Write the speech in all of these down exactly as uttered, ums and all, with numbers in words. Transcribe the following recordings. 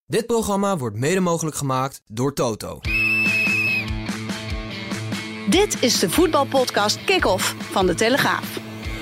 Dit programma wordt mede mogelijk gemaakt door Toto. Dit is de voetbalpodcast Kick-Off van De Telegraaf.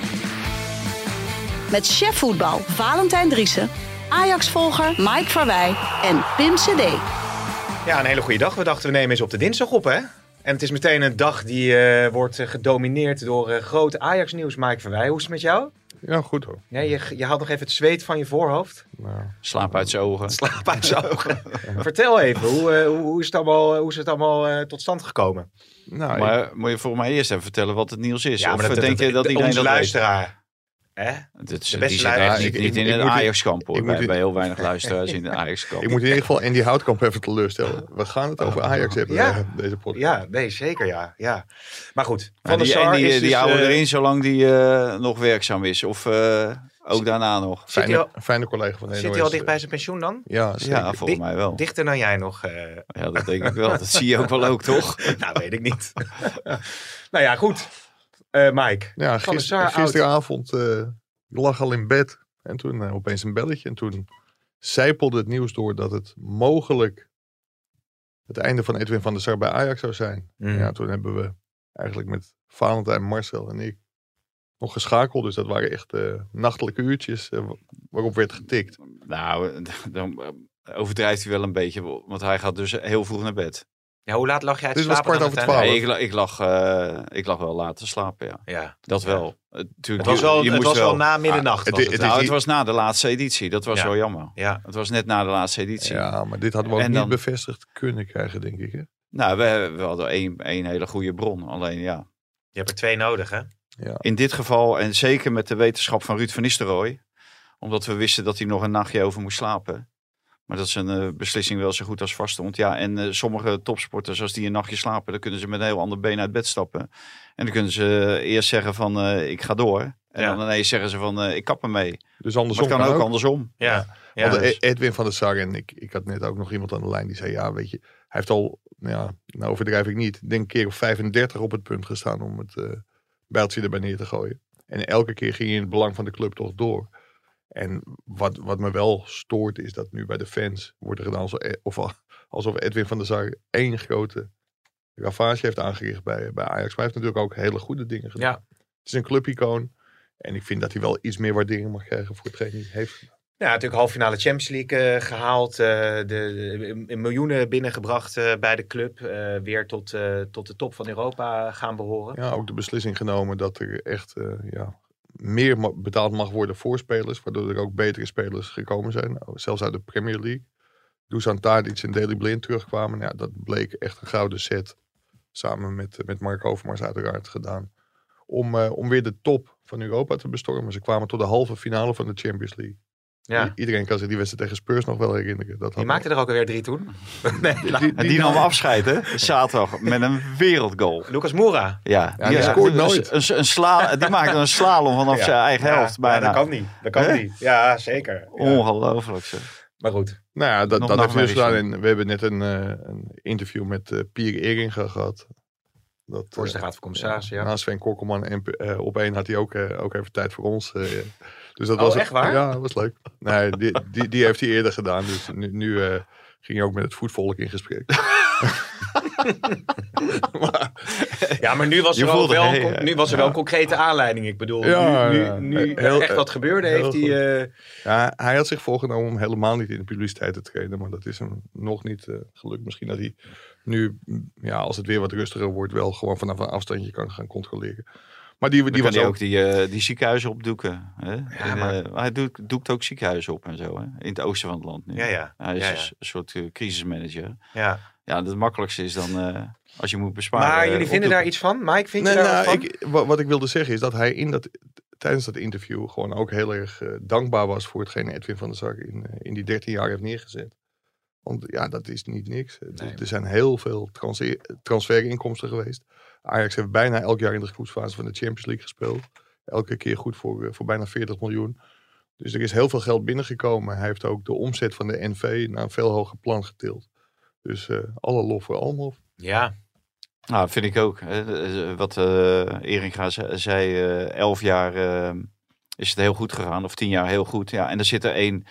Met chef voetbal Valentijn Driessen, Ajax-volger Mike Verwij en Pim Cedé. Ja, een hele goede dag. We dachten we nemen eens op de dinsdag op, hè? En het is meteen een dag die uh, wordt uh, gedomineerd door uh, groot Ajax-nieuws. Mike Verwij, hoe is het met jou? Ja, goed hoor. Ja, je, je haalt nog even het zweet van je voorhoofd. Nou, Slaap uit zijn ogen. Slaap uit zijn ogen. Vertel even, hoe, uh, hoe, hoe is het allemaal, hoe is het allemaal uh, tot stand gekomen? nou, Maar ik, moet je voor mij eerst even vertellen wat het nieuws is? Ja, of maar dat, denk dat, je dat de, iedereen onze dat luisteraar. Hè? weet? Het is, de die beste zit echt luisteraar. niet, Ik- niet ik- in ik een moet- Ajax-kamp hoor. ik moet- Bij, bij heel weinig luisteraars in de Ajax-kamp. ik moet in ieder geval Andy Houtkamp even teleurstellen. We gaan het over Ajax hebben, Ja. uh, deze podcast. Ja, nee, zeker ja. ja. Maar goed, Van Ja, der die, Sar en die, is die dus, houden uh, erin zolang die uh, nog werkzaam is. Of uh, ook daarna nog. Zit hij Fijne, al- fijne collega van de Zit N O S. hij al dicht bij zijn pensioen dan? Ja, zeker. Ja, volgens mij wel. Dichter dan jij nog. Uh, Ja, dat denk ik wel. Dat zie je ook wel ook, toch? nou, weet ik niet. nou ja, goed. Uh, Mike. Ja, Van der gister, Sar oud. gisteravond uh, lag al in bed. En toen uh, opeens een belletje. En toen zijpelde het nieuws door dat het mogelijk het einde van Edwin van der Sar bij Ajax zou zijn. Mm. Ja, toen hebben we eigenlijk met Valentijn, Marcel en ik nog geschakeld. Dus dat waren echt uh, nachtelijke uurtjes uh, waarop werd getikt. Nou, dan overdrijft hij wel een beetje. Want hij gaat dus heel vroeg naar bed. Ja, hoe laat lag jij uit Dit was slapen kwart dan over twaalf. uiteindelijk? Nee, ik, la- ik, lag, uh, ik lag wel later slapen, ja. Ja. Dat Ja. wel. Uh, tuurlijk, Het was wel, je het moest was wel na middernacht. Ah, was het- het, het is Nou, niet- het was na de laatste editie. Dat was Ja. wel jammer. ja. Het was net na de laatste editie. Ja, maar dit hadden we ook En niet dan- bevestigd kunnen krijgen, denk ik. Hè? Nou, we, we hadden één, één hele goede bron. Alleen ja, Je hebt er twee nodig, hè? Ja. in dit geval en zeker met de wetenschap van Ruud van Nistelrooy. Omdat we wisten dat hij nog een nachtje over moest slapen. Maar dat zijn uh, beslissing wel zo goed als vast stond. Ja, en uh, sommige topsporters, als die een nachtje slapen, dan kunnen ze met een heel ander been uit bed stappen. En dan kunnen ze uh, eerst zeggen van uh, ik ga door. En Ja. dan ineens zeggen ze van uh, ik kap ermee. Dus Maar andersom het kan ook ook. andersom. Ja. ja. Want dus- E- Edwin van der Sar en ik, ik had net ook nog iemand aan de lijn die zei, ja, weet je, hij heeft al, nou ja, nou overdrijf ik niet, denk een keer of vijfendertig op het punt gestaan om het uh, bijltje erbij neer te gooien. En elke keer ging hij in het belang van de club toch door. En wat, wat me wel stoort is dat nu bij de fans wordt er gedaan alsof, of, alsof Edwin van der Sar één grote ravage heeft aangericht bij, bij Ajax. Maar hij heeft natuurlijk ook hele goede dingen gedaan. Ja. Het is een clubicoon. En ik vind dat hij wel iets meer waardering mag krijgen voor hetgeen hij heeft gedaan. Ja, natuurlijk halve finale Champions League uh, gehaald. Uh, de, de miljoenen binnengebracht uh, bij de club. Uh, weer tot, uh, tot de top van Europa gaan behoren. Ja, ook de beslissing genomen dat er echt uh, ja, meer ma- betaald mag worden voor spelers. Waardoor er ook betere spelers gekomen zijn. Zelfs uit de Premier League. Dusan Tadic en Daley Blind terugkwamen. Ja, dat bleek echt een gouden set. Samen met, met Mark Overmars uiteraard gedaan. Om, uh, om weer de top van Europa te bestormen. Ze kwamen tot de halve finale van de Champions League. Ja. I- iedereen kan zich die wedstrijd tegen Spurs nog wel herinneren. Dat Die had- maakte er ook alweer drie toen. nee, Die- die- En die nam afscheid, hè? Zaterdag met een wereldgoal. Lucas Moura. Ja, Ja, die scoort een- nooit. Een, een sla, die maakte een slalom vanaf Ja. zijn eigen Ja, helft. ja, bijna. dat kan niet. Dat kan Hè? niet. Ja, zeker. Ja. Ongelooflijk zeg. Maar goed. Nou ja, dat, Nog dat heeft hij dus nachtmerries gedaan. En we hebben net een, uh, een interview met uh, Pierre Eringa gehad. Dat, Voorzitter Raad van Commissarissen, ja. Na Sven Kokkelman en uh, op één had hij ook, uh, ook even tijd voor ons. Uh, dus dat Oh, was, echt waar? Ja, dat was leuk. Nee, die, die, die heeft hij eerder gedaan. Dus nu, nu uh, ging hij ook met het voetvolk in gesprek. maar, ja, maar nu was Je er, voelde wel, mee, een, hè? nu was er wel een concrete aanleiding. Ik bedoel, Ja, nu, nu, ja. nu Heel- echt wat gebeurde, heel heeft hij... Uh, Ja, hij had zich voorgenomen om helemaal niet in de publiciteit te treden. Maar dat is hem nog niet uh, gelukt. Misschien dat hij nu, ja, als het weer wat rustiger wordt, wel gewoon vanaf een afstandje kan gaan controleren. Maar die, die Die was kan hij ook... ook die, uh, die ziekenhuizen opdoeken. Hè? En, maar- uh, hij doet, doekt ook ziekenhuizen op en zo. Hè? In het oosten van het land nu. ja, ja. Hij is ja, een ja. s- soort uh, crisismanager. ja. Ja, het makkelijkste is dan uh, als je moet besparen. Maar uh, jullie vinden opdoeken. daar iets van? Mike, vind Nee, je daar nou, wat van? ik, wa- wat ik wilde zeggen is dat hij in dat, tijdens dat interview gewoon ook heel erg uh, dankbaar was voor hetgene Edwin van der Sar in, uh, in die dertien jaar heeft neergezet. Want ja, dat is niet niks. Het- Nee. Er zijn heel veel transfer, transferinkomsten geweest. Ajax heeft bijna elk jaar in de groepsfase van de Champions League gespeeld. Elke keer goed voor, uh, voor bijna veertig miljoen. Dus er is heel veel geld binnengekomen. Hij heeft ook de omzet van de N V naar een veel hoger plan getild. Dus uh, alle lof voor Almhof. Ja. Nou, vind ik ook. Hè. Wat uh, Eringa ze- zei, uh, elf jaar uh, is het heel goed gegaan. Of tien jaar heel goed. Ja, en er zit er één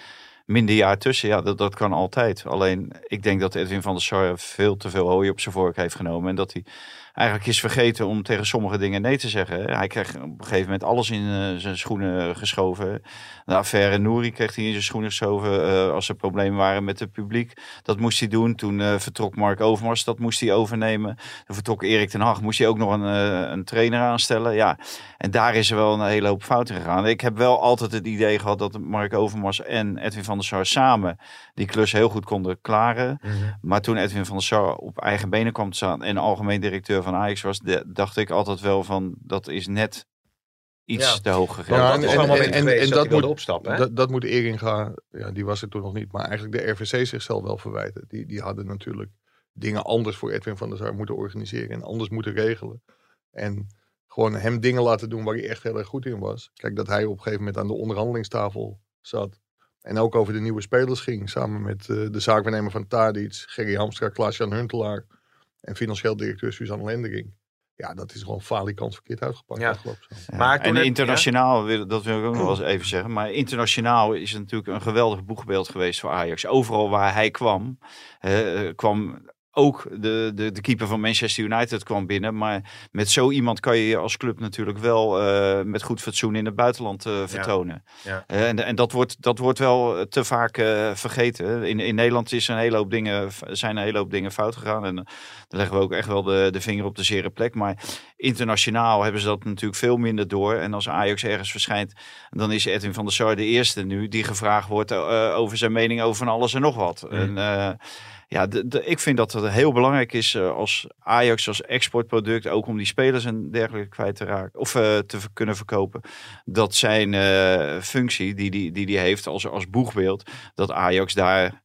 minder jaar tussen. Ja, dat, dat kan altijd. Alleen, ik denk dat Edwin van der Sar veel te veel hooi op zijn vork heeft genomen. En dat hij eigenlijk is vergeten om tegen sommige dingen nee te zeggen. Hij kreeg op een gegeven moment alles in uh, zijn schoenen geschoven. De affaire Nouri kreeg hij in zijn schoenen geschoven uh, als er problemen waren met het publiek. Dat moest hij doen. Toen uh, vertrok Mark Overmars, dat moest hij overnemen. Toen vertrok Erik ten Hag, moest hij ook nog een, uh, een trainer aanstellen. Ja, en daar is er wel een hele hoop fouten gegaan. Ik heb wel altijd het idee gehad dat Mark Overmars en Edwin van der Sar samen die klus heel goed konden klaren. Mm-hmm. Maar toen Edwin van der Sar op eigen benen kwam te staan en algemeen directeur van Ajax was, de, dacht ik altijd wel van, dat is net iets ja. te hoog gegeven. Ja, dat is wel een moment en, geweest en, en dat, dat moet opstappen. Hè? Dat, dat moet Eringa, ja, die was er toen nog niet, maar eigenlijk de R V C zichzelf wel verwijten. Die, die hadden natuurlijk dingen anders voor Edwin van der Sar moeten organiseren en anders moeten regelen. En gewoon hem dingen laten doen waar hij echt heel erg goed in was. Kijk, dat hij op een gegeven moment aan de onderhandelingstafel zat en ook over de nieuwe spelers ging, samen met uh, de zaakwaarnemer van Tadic, Gerry Hamstra, Klaas-Jan Huntelaar en financieel directeur Suzanne Lendering. Ja, dat is gewoon falikant verkeerd uitgepakt. Ja. Ja. Maar en internationaal, ja? dat wil ik ook nog wel eens even zeggen. Maar internationaal is het natuurlijk een geweldig boegbeeld geweest voor Ajax. Overal waar hij kwam, uh, kwam ook de, de, de keeper van Manchester United kwam binnen. Maar met zo iemand kan je je als club natuurlijk wel uh, met goed fatsoen in het buitenland uh, vertonen. Ja. Ja. Uh, en en dat, wordt, dat wordt wel te vaak uh, vergeten. In, in Nederland is een hele hoop dingen, zijn een hele hoop dingen fout gegaan. En uh, dan leggen we ook echt wel de, de vinger op de zere plek. Maar internationaal hebben ze dat natuurlijk veel minder door. En als Ajax ergens verschijnt, dan is Edwin van der Sar de eerste nu die gevraagd wordt uh, over zijn mening over van alles en nog wat. Mm. En uh, ja, de, de, ik vind dat het heel belangrijk is uh, als Ajax als exportproduct, ook om die spelers en dergelijke kwijt te raken of uh, te v- kunnen verkopen, dat zijn uh, functie die die, die die heeft als, als boegbeeld, dat Ajax daar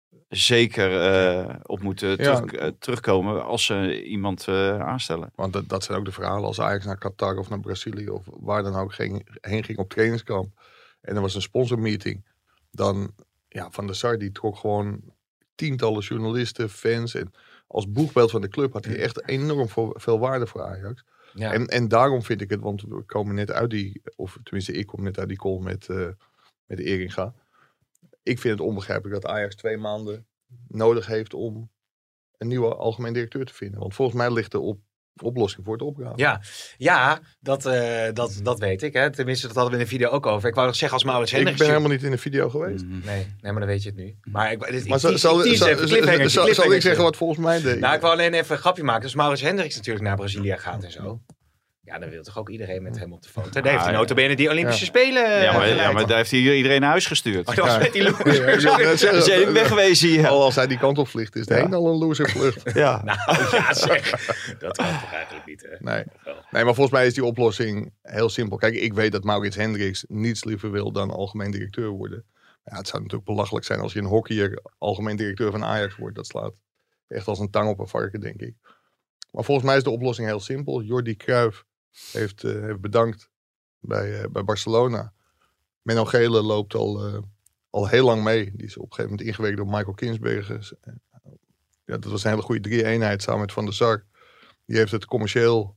zeker uh, op moet uh, terug, ja. uh, terugkomen als ze iemand uh, aanstellen. Want dat, dat zijn ook de verhalen als Ajax naar Qatar of naar Brazilië of waar dan ook ging, heen ging op trainingskamp en er was een sponsormeeting, dan ja, Van der Sar die trok gewoon tientallen journalisten, fans. En als boegbeeld van de club had hij echt enorm veel waarde voor Ajax. Ja. En, en daarom vind ik het, want we komen net uit die, of tenminste ik kom net uit die call met, uh, met de Eringa. Ik vind het onbegrijpelijk dat Ajax twee maanden nodig heeft om een nieuwe algemeen directeur te vinden. Want volgens mij ligt er op oplossing voor het opgraven. Ja, ja dat, uh, dat, dat weet ik. Hè. Tenminste, dat hadden we in de video ook over. Ik wou nog zeggen als Maurits Hendricks... Ik ben helemaal niet in de video geweest. Mm-hmm. Nee, nee, maar dan weet je het nu. Maar, ik, dit, maar ik, zal, ik, zal, ik, zal, even, zal, zal, zal ik zeggen wat volgens mij deed? Nou, ik wou alleen even een grapje maken. Dus Maurits Hendricks natuurlijk naar Brazilië gaat en zo. Ja, dan wil toch ook iedereen met hem op de foto. Daar heeft hij nota bene die Olympische ja. Spelen. Ja, maar, ja, maar daar heeft hij iedereen naar huis gestuurd. Oh, dat was met die loser. Ze zijn wegwezen hier. Al als hij die kant op vliegt, is de ja. heen al een loservlucht. Ja. Nou ja, zeg. Dat kan toch eigenlijk niet, hè? Nee. nee, maar volgens mij is die oplossing heel simpel. Kijk, ik weet dat Maurits Hendricks niets liever wil dan algemeen directeur worden. Ja, het zou natuurlijk belachelijk zijn als je een hockeyer algemeen directeur van Ajax wordt. Dat slaat echt als een tang op een varken, denk ik. Maar volgens mij is de oplossing heel simpel. Jordi Cruijff Heeft, uh, heeft bedankt bij, uh, bij Barcelona. Menno Gele loopt al, uh, al heel lang mee. Die is op een gegeven moment ingewerkt door Michael Kinsbergen. Uh, ja, dat was een hele goede drie-eenheid samen met Van der Sar. Die heeft het commercieel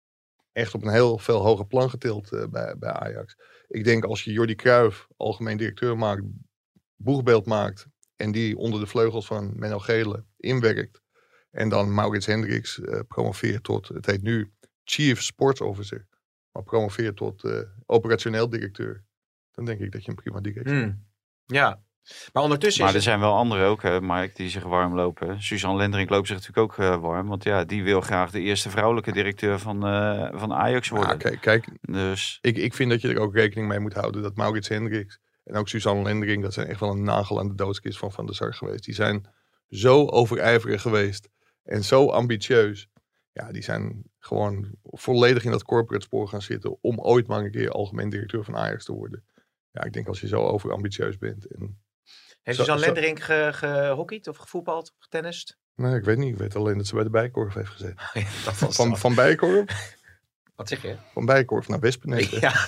echt op een heel veel hoger plan getild uh, bij, bij Ajax. Ik denk als je Jordi Cruijff algemeen directeur maakt, boegbeeld maakt en die onder de vleugels van Menno Gele inwerkt en dan Maurits Hendricks uh, promoveert tot, het heet nu Chief Sports Officer, maar promoveert tot uh, operationeel directeur, dan denk ik dat je een prima directeur hebt. Mm. Ja, maar ondertussen Maar is er zijn wel anderen ook, hè, Mark, die zich warm lopen. Suzanne Lendering loopt zich natuurlijk ook uh, warm, want ja, die wil graag de eerste vrouwelijke directeur van, uh, van Ajax worden. Ja, kijk, kijk dus... ik, ik vind dat je er ook rekening mee moet houden dat Maurits Hendricks en ook Suzanne Lendering, dat zijn echt wel een nagel aan de doodskist van Van der Sar geweest. Die zijn zo overijverig geweest en zo ambitieus. Ja, die zijn gewoon volledig in dat corporate spoor gaan zitten om ooit maar een keer algemeen directeur van Ajax te worden. Ja, ik denk als je zo overambitieus bent. En heeft Suzanne Lendering ge, gehockeyd of gevoetbald of getennist? Nee, ik weet niet. Ik weet alleen dat ze bij de Bijenkorf heeft gezeten. Ja, dat was van, van Bijenkorf? Wat zeg je? Van Bijenkorf naar Wespennest. Ja,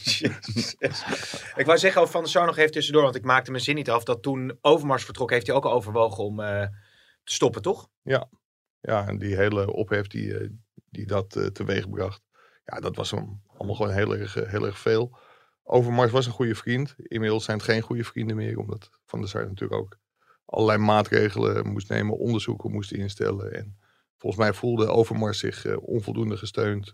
ik wou zeggen over Van der Sar nog even tussendoor, want ik maakte mijn zin niet af dat toen Overmars vertrok, heeft hij ook al overwogen om uh, te stoppen, toch? Ja. Ja, en die hele ophef die, uh, die dat uh, teweeg bracht. Ja, dat was hem allemaal gewoon heel erg, uh, heel erg veel. Overmars was een goede vriend. Inmiddels zijn het geen goede vrienden meer. Omdat Van der Sar natuurlijk ook allerlei maatregelen moest nemen. Onderzoeken moest instellen. En volgens mij voelde Overmars zich uh, onvoldoende gesteund.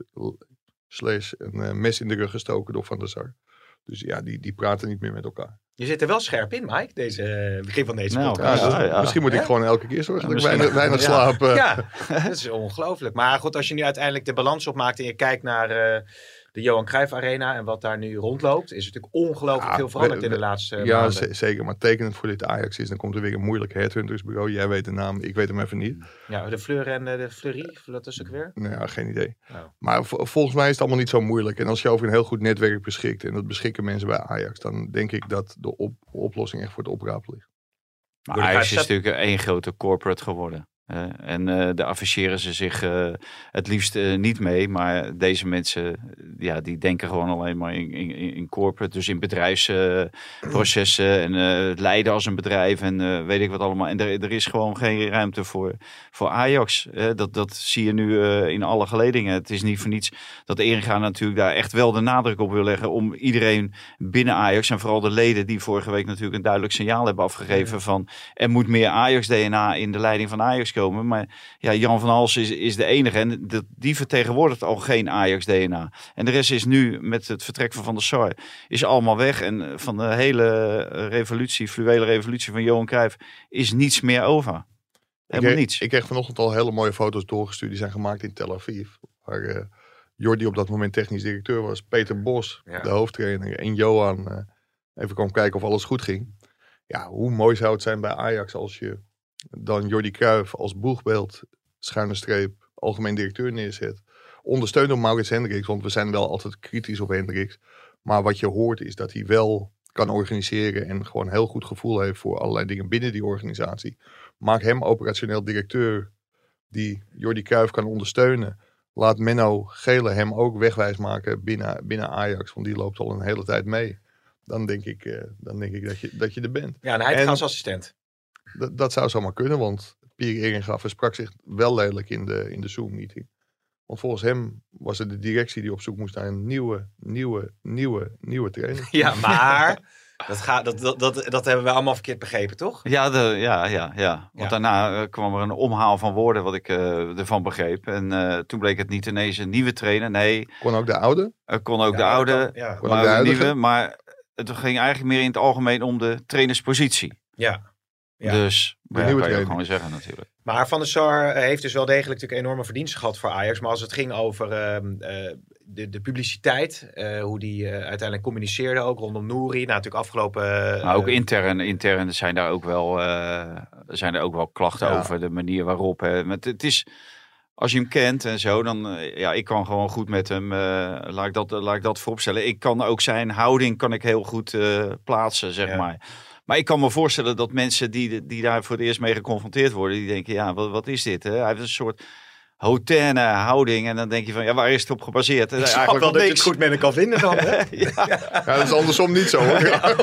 Slash een uh, mes in de rug gestoken door Van der Sar. Dus ja, die, die praten niet meer met elkaar. Je zit er wel scherp in, Mike, deze uh, begin van deze nou, podcast. Ja, ja, dus ja. Misschien moet ik ja? gewoon elke keer zorgen dat ik Misschien- weinig, weinig Ja. slaap. Uh, Ja, dat is ongelooflijk. Maar goed, als je nu uiteindelijk de balans opmaakt en je kijkt naar uh, de Johan Cruijff Arena en wat daar nu rondloopt, is er natuurlijk ongelooflijk Ja, veel veranderd we- in de we- laatste uh, ja, maanden. z- zeker. Maar tekenend voor dit Ajax is, dan komt er weer een moeilijk headhuntersbureau. Jij weet de naam, ik weet hem even niet. Ja, de Fleur en uh, de Fleury, dat is ook weer. Nou ja, geen idee. Nou. Maar v- volgens mij is het allemaal niet zo moeilijk. En als je over een heel goed netwerk beschikt, en dat beschikken mensen bij Ajax, dan denk ik dat de op- oplossing echt voor het oprapen ligt. Maar Door de Ajax is vijf- natuurlijk één grote corporate geworden. Uh, en uh, daar afficheren ze zich uh, het liefst uh, niet mee. Maar deze mensen, ja, die denken gewoon alleen maar in, in, in corporate. Dus in bedrijfsprocessen uh, en uh, het leiden als een bedrijf en uh, weet ik wat allemaal. En er, er is gewoon geen ruimte voor, voor Ajax. Uh, dat, dat zie je nu uh, in alle geledingen. Het is niet voor niets dat Eringa natuurlijk daar echt wel de nadruk op wil leggen. Om iedereen binnen Ajax en vooral de leden die vorige week natuurlijk een duidelijk signaal hebben afgegeven. Ja. Van er moet meer Ajax-D N A in de leiding van Ajax komen. Maar ja, Jan van Hals is, is de enige en dat, die vertegenwoordigt al geen Ajax-D N A. En de rest is nu met het vertrek van Van der Sar is allemaal weg. En van de hele revolutie, fluwele revolutie van Johan Cruijff is niets meer over. Helemaal ik kreeg, niets. Ik kreeg vanochtend al hele mooie foto's doorgestuurd. Die zijn gemaakt in Tel Aviv. Waar uh, Jordi op dat moment technisch directeur was. Peter Bos, ja. de hoofdtrainer. En Johan uh, even kwam kijken of alles goed ging. Ja, hoe mooi zou het zijn bij Ajax als je dan Jordi Cruijff als boegbeeld, schuine streep, algemeen directeur neerzet. Ondersteund door Maurits Hendricks, want we zijn wel altijd kritisch op Hendricks. Maar wat je hoort is dat hij wel kan organiseren en gewoon heel goed gevoel heeft voor allerlei dingen binnen die organisatie. Maak hem operationeel directeur die Jordi Cruijff kan ondersteunen. Laat Menno Gele hem ook wegwijs maken binnen, binnen Ajax, want die loopt al een hele tijd mee. Dan denk ik, uh, dan denk ik dat, je, dat je er bent. Ja, en hij en, als assistent. D- dat zou zomaar kunnen, want Pierre Eringa versprak zich wel lelijk in de, in de Zoom-meeting. Want volgens hem was het de directie die op zoek moest naar een nieuwe, nieuwe, nieuwe, nieuwe trainer. Ja, maar dat, gaat, dat, dat, dat, dat hebben we allemaal verkeerd begrepen, toch? Ja, de, ja, ja, ja. Want Ja. daarna uh, kwam er een omhaal van woorden wat ik uh, ervan begreep. En uh, toen bleek het niet ineens een nieuwe trainer. Nee, Kon ook de oude? er kon ook Ja, de oude, dat kan- ja. Kon ook maar de ook de huidige? nieuwe. Maar het ging eigenlijk meer in het algemeen om de trainerspositie. Ja. Ja. Dus, De ja, nieuwe kan je ook trainer. gewoon zeggen natuurlijk. Maar Van der Sar uh, heeft dus wel degelijk natuurlijk enorme verdiensten gehad voor Ajax. Maar als het ging over uh, uh, de, de publiciteit, uh, hoe die uh, uiteindelijk communiceerde ook rondom Nouri. Nou, natuurlijk afgelopen... Uh, Maar ook intern, intern zijn daar ook wel, uh, zijn er ook wel klachten Ja. over de manier waarop. Hè. Met, het is, als je hem kent en zo, dan uh, ja, ik kan gewoon goed met hem. Uh, laat, ik dat, uh, laat ik dat vooropstellen. Ik kan ook zijn houding kan ik heel goed uh, plaatsen, zeg Ja. maar. Maar ik kan me voorstellen dat mensen die, die daar voor het eerst mee geconfronteerd worden, die denken, ja, wat, wat is dit? Hè? Hij heeft een soort hautaine houding. En dan denk je van, ja, waar is het op gebaseerd? Ik snap wel dat je het goed met me kan vinden dan. Hè? ja. Ja, dat is andersom niet zo hoor. Ja.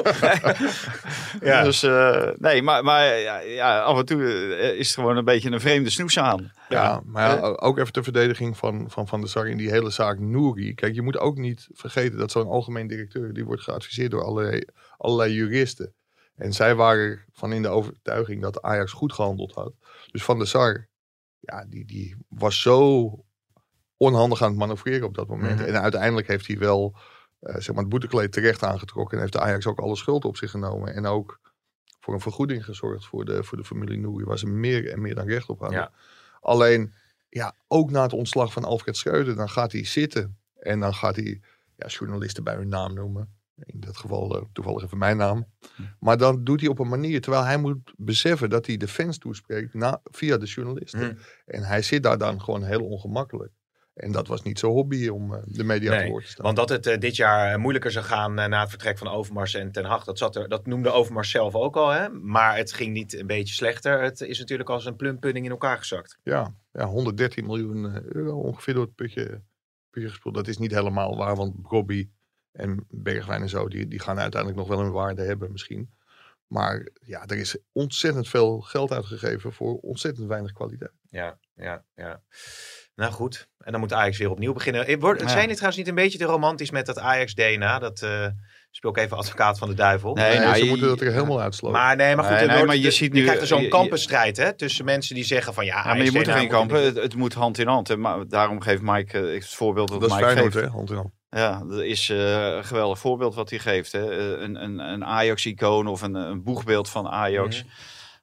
Ja. Dus uh, nee, maar, maar ja, ja, af en toe uh, is het gewoon een beetje een vreemde snoes aan. Ja, maar ja, ook even ter verdediging van Van, van der Sar in die hele zaak Nouri. Kijk, je moet ook niet vergeten dat zo'n algemeen directeur, die wordt geadviseerd door allerlei, allerlei juristen. En zij waren van in de overtuiging dat Ajax goed gehandeld had. Dus Van der Sar, ja, die, die was zo onhandig aan het manoeuvreren op dat moment. Mm-hmm. En uiteindelijk heeft hij wel uh, zeg maar het boetekleed terecht aangetrokken. En heeft de Ajax ook alle schuld op zich genomen. En ook voor een vergoeding gezorgd voor de, voor de familie Nouri. Waar ze meer en meer dan recht op hadden. Ja. Alleen, ja, ook na het ontslag van Alfred Schreuder, dan gaat hij zitten. En dan gaat hij ja, journalisten bij hun naam noemen. In dat geval uh, toevallig even mijn naam. Maar dan doet hij op een manier, terwijl hij moet beseffen dat hij de fans toespreekt na, via de journalisten. Hmm. En hij zit daar dan gewoon heel ongemakkelijk. En dat was niet zo hobby om uh, de media Nee, te woord te staan. Want dat het uh, dit jaar uh, moeilijker zou gaan uh, na het vertrek van Overmars en Ten Hag, dat, zat er, dat noemde Overmars zelf ook al. Hè? Maar het ging niet een beetje slechter. Het is natuurlijk als een plumpudding in elkaar gezakt. Ja, ja, honderddertien miljoen euro ongeveer door het putje, putje gespeeld. Dat is niet helemaal waar, want Robbie en Bergwijn en zo, die, die gaan uiteindelijk nog wel een waarde hebben misschien. Maar ja, er is ontzettend veel geld uitgegeven voor ontzettend weinig kwaliteit. Ja, ja, ja. Nou goed, en dan moet Ajax weer opnieuw beginnen. Word, Ja. Zijn die trouwens niet een beetje te romantisch met dat Ajax-D N A? Dat uh, speel ik even advocaat van de duivel. Nee, Nee, nou, ze je- moeten dat er helemaal uitsloten. Maar nee, maar goed, Nee, er nee, wordt- maar je de- ziet je nu- krijgt er zo'n je- je- kampenstrijd hè, tussen mensen die zeggen van ja, Ja, maar je Ajax moet er D N A geen kampen. moet- Het, het moet hand in hand. Hè. Maar daarom geeft Mike eh, het voorbeeld dat, dat is Mike Feyenoord, geeft. hè? Hand in hand. Ja, dat is eh, een geweldig voorbeeld wat hij geeft. Hè. Eh, Een, een, een Ajax-icoon of een, een boegbeeld van Ajax. Mhm.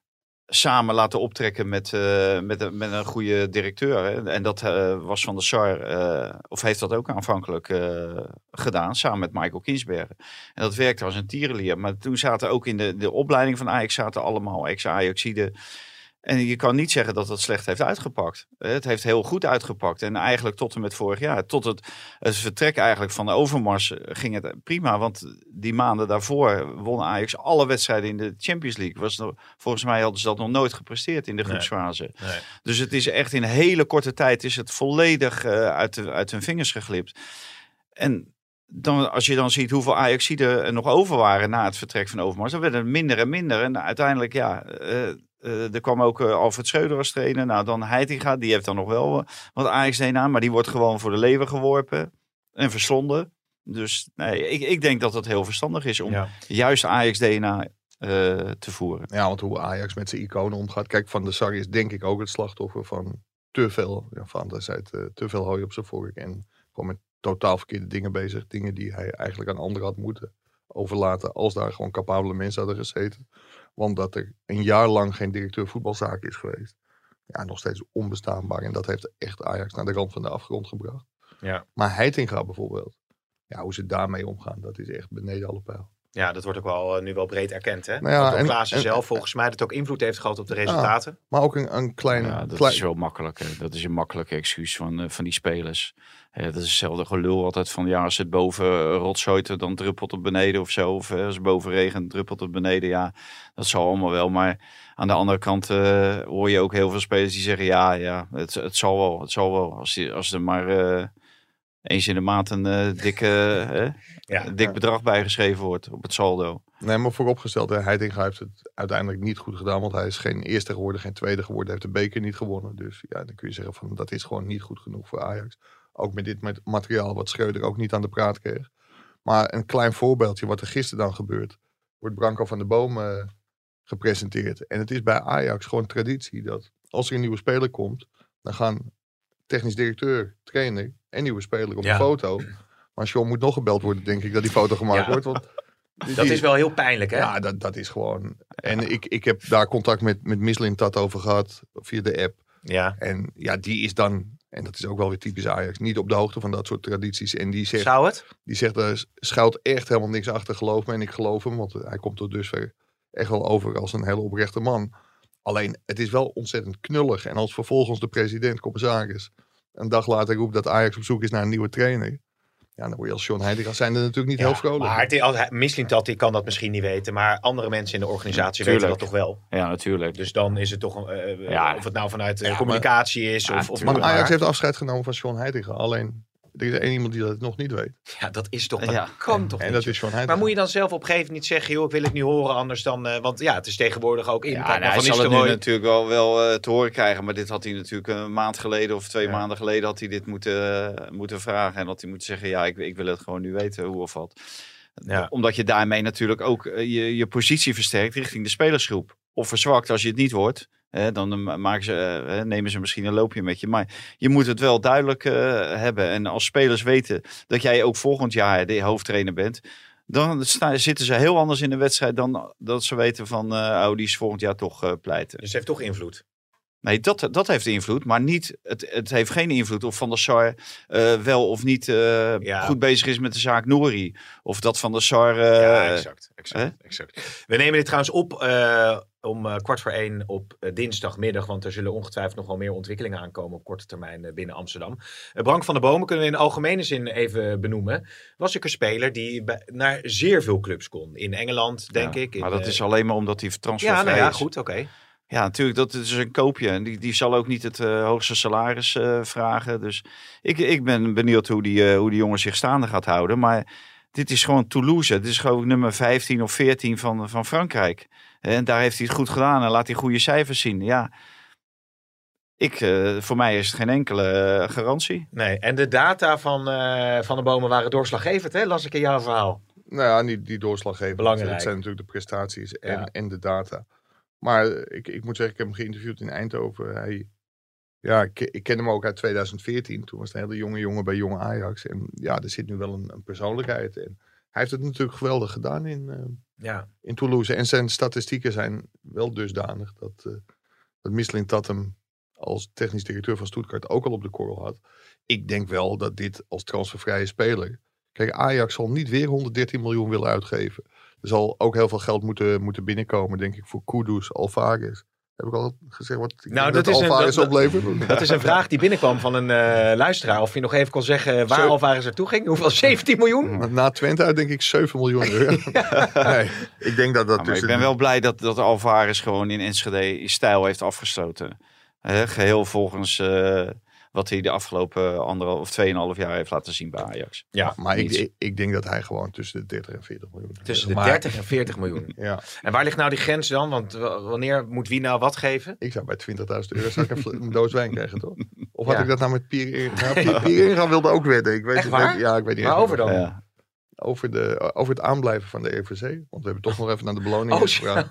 Samen laten optrekken met, eh, met, een, met een goede directeur. Hè. En dat eh, was Van der Sar, eh, of heeft dat ook aanvankelijk eh, gedaan, samen met Michael Kinsbergen. En dat werkte als een tierenlier. Maar toen zaten ook in de, de opleiding van Ajax zaten allemaal ex-Ajaxiden. En je kan niet zeggen dat het slecht heeft uitgepakt. Het heeft heel goed uitgepakt. En eigenlijk tot en met vorig jaar, tot het, het vertrek eigenlijk van de Overmars, ging het prima. Want die maanden daarvoor won Ajax alle wedstrijden in de Champions League. Was nog, volgens mij hadden ze dat nog nooit gepresteerd in de groepsfase. Nee. Dus het is echt in een hele korte tijd is het volledig uh, uit, de, uit hun vingers geglipt. En dan, als je dan ziet hoeveel Ajaxiden er nog over waren na het vertrek van Overmars, dan werden het minder en minder. En uiteindelijk, ja, uh, uh, er kwam ook uh, Alfred Schreuder als trainer. Nou, dan Heitinga, die heeft dan nog wel uh, wat Ajax D N A, maar die wordt gewoon voor de leeuwen geworpen en verslonden. Dus nee, ik, ik denk dat het heel verstandig is om ja. juist Ajax D N A uh, te voeren. Ja, want hoe Ajax met zijn iconen omgaat. Kijk, Van der Sar is denk ik ook het slachtoffer van te veel, ja, van de zijde, uh, te veel hooi op zijn vork. En gewoon met totaal verkeerde dingen bezig. Dingen die hij eigenlijk aan anderen had moeten overlaten. Als daar gewoon capabele mensen hadden gezeten. Want dat er een jaar lang geen directeur voetbalzaken is geweest. Ja, nog steeds onbestaanbaar. En dat heeft echt Ajax naar de rand van de afgrond gebracht. Ja. Maar Heitinga bijvoorbeeld. Ja, hoe ze daarmee omgaan, dat is echt beneden alle pijl. Ja, dat wordt ook wel uh, nu wel breed erkend. Hè? Nou ja, door en, Klaassen en, zelf volgens mij dat ook invloed heeft gehad op de resultaten. Ja, maar ook een, een klein... Ja, dat klein... is wel makkelijk. Hè. Dat is een makkelijke excuus van, uh, van die spelers. Ja, dat is hetzelfde gelul altijd van ja, als het boven uh, rotzooit, dan druppelt het beneden of zo. Of uh, als het boven regent, druppelt het beneden. Ja, dat zal allemaal wel. Maar aan de andere kant uh, hoor je ook heel veel spelers die zeggen ja, ja het, het zal wel. Het zal wel. Als, die, als er maar uh, eens in de maand een uh, dikke, uh, ja, dik ja. bedrag bijgeschreven wordt op het saldo. Nee, maar vooropgesteld, hè, Heitinga heeft het uiteindelijk niet goed gedaan. Want hij is geen eerste geworden, geen tweede geworden. Heeft de beker niet gewonnen. Dus ja, dan kun je zeggen van dat is gewoon niet goed genoeg voor Ajax. Ook met dit met materiaal wat Schreuder ook niet aan de praat kreeg. Maar een klein voorbeeldje wat er gisteren dan gebeurt. Wordt Branko van der Boom uh, gepresenteerd. En het is bij Ajax gewoon traditie dat als er een nieuwe speler komt. Dan gaan technisch directeur, trainer en nieuwe speler op ja. een foto. Maar John moet nog gebeld worden, denk ik, dat die foto gemaakt ja. wordt. Want die, dat is wel heel pijnlijk, hè? Ja, dat, dat is gewoon... En ja. ik, ik heb daar contact met, met Mislintat over gehad, via de app. Ja. En ja, die is dan... En dat is ook wel weer typisch Ajax. Niet op de hoogte van dat soort tradities. En die zegt... Zou het? Die zegt, er schuilt echt helemaal niks achter, geloof me. En ik geloof hem, want hij komt tot dusver echt wel over als een hele oprechte man. Alleen, het is wel ontzettend knullig. En als vervolgens de president, commissaris, een dag later roept dat Ajax op zoek is naar een nieuwe trainer. Ja, dan word je als John Heitinga zijn er natuurlijk niet ja, heel vrolijk. Maar Mislintat, die kan dat misschien niet weten. Maar andere mensen in de organisatie ja, weten dat toch wel. Ja, natuurlijk. Dus dan is het toch, uh, ja. of het nou vanuit uh, ja, communicatie maar, is. Ja, of, of maar Ajax maar. heeft afscheid genomen van John Heitinga. Alleen, er is één iemand die dat nog niet weet. Ja, dat is toch, dat ja. kan en, toch en niet. dat is John Heitinga. Maar moet je dan zelf op een gegeven moment niet zeggen, joh, ik wil het niet horen anders dan... Uh, want ja, het is tegenwoordig ook in. Ja, Kijk, nou, hij van zal het nu Nistelrooy... natuurlijk wel, wel uh, te horen krijgen. Maar dit had hij natuurlijk een maand geleden of twee ja. maanden geleden had hij dit moeten, uh, moeten vragen. En had hij moeten zeggen, ja, ik, ik wil het gewoon nu weten, hoe of wat. Ja. Omdat je daarmee natuurlijk ook uh, je, je positie versterkt richting de spelersgroep. Of verzwakt als je het niet wordt. Hè, dan maken ze, uh, nemen ze misschien een loopje met je. Maar je moet het wel duidelijk uh, hebben. En als spelers weten dat jij ook volgend jaar de hoofdtrainer bent, dan sta, zitten ze heel anders in de wedstrijd dan dat ze weten van, uh, oh, die is volgend jaar toch uh, pleiten. Dus het heeft toch invloed? Nee, dat, dat heeft invloed, maar niet, het, het heeft geen invloed of Van der Sar uh, wel of niet uh, ja. goed bezig is met de zaak Nouri. Of dat Van der Sar... Uh, ja, exact. exact, uh? exact. We nemen dit trouwens op uh, om uh, kwart voor één op uh, dinsdagmiddag, want er zullen ongetwijfeld nog wel meer ontwikkelingen aankomen op korte termijn uh, binnen Amsterdam. Uh, Brank van der Bomen kunnen we in algemene zin even benoemen. Was ik een speler die bij, naar zeer veel clubs kon. In Engeland, denk ja, ik. In, maar dat uh, is alleen maar omdat hij transfervrij ja, nou ja, is. goed, oké. Okay. Ja, natuurlijk, dat is een koopje. En die, die zal ook niet het uh, hoogste salaris uh, vragen. Dus ik, ik ben benieuwd hoe die, uh, hoe die jongen zich staande gaat houden. Maar dit is gewoon Toulouse. Dit is gewoon nummer vijftien of veertien van, van Frankrijk. En daar heeft hij het goed gedaan en laat hij goede cijfers zien. Ja, ik, uh, voor mij is het geen enkele uh, garantie. Nee, en de data van, uh, van de Bomen waren doorslaggevend, hè? Las ik in jouw verhaal. Nou ja, die, die doorslaggevend. Belangrijk. Het zijn natuurlijk de prestaties en, Ja. en de data. Maar ik, ik moet zeggen, ik heb hem geïnterviewd in Eindhoven. Hij, ja, ik, ik ken hem ook uit tweeduizend veertien. Toen was het een hele jonge jongen bij Jong Ajax. En ja, er zit nu wel een, een persoonlijkheid. En hij heeft het natuurlijk geweldig gedaan in, uh, Ja. in Toulouse. En zijn statistieken zijn wel dusdanig dat, uh, dat Mislintat hem als technisch directeur van Stuttgart ook al op de korrel had. Ik denk wel dat dit als transfervrije speler... Kijk, Ajax zal niet weer honderddertien miljoen willen uitgeven. Er zal ook heel veel geld moeten, moeten binnenkomen, denk ik, voor Kudus, Alvarez. Heb ik al gezegd wat ik Nou, dat, dat is een- Alvarez dat- oplevert? Dat is een vraag die binnenkwam van een uh, luisteraar. Of je nog even kon zeggen waar Zo. Alvarez naartoe ging. Hoeveel? zeventien miljoen? Na- Na Twente uit denk ik zeven miljoen euro. Nee, ik denk dat dat Ja, maar tussen ik ben de- wel blij dat, dat Alvarez gewoon in Enschede in stijl heeft afgesloten. Hè, geheel volgens uh, wat hij de afgelopen anderhalf of tweeënhalf jaar heeft laten zien bij Ajax. Ja, Maar ik, niets. ik, ik denk dat hij gewoon tussen de dertig en veertig miljoen... tussen de Maar- dertig en veertig miljoen. Ja, En waar ligt nou die grens dan? Want w- wanneer moet wie nou wat geven? ik zou bij twintigduizend euro zou ik een, fl- een doos wijn krijgen, toch? Of had Ja. ik dat nou met Pierre Inga? Nou, Pierre Pierre Inga wilde ook wedden. Ik weet Echt het waar? niet. Ja, ik weet niet. Waarover eens. dan? Ja. Over, de, over het aanblijven van de R V C. Want we hebben toch nog even naar de beloning Oh, gevraagd.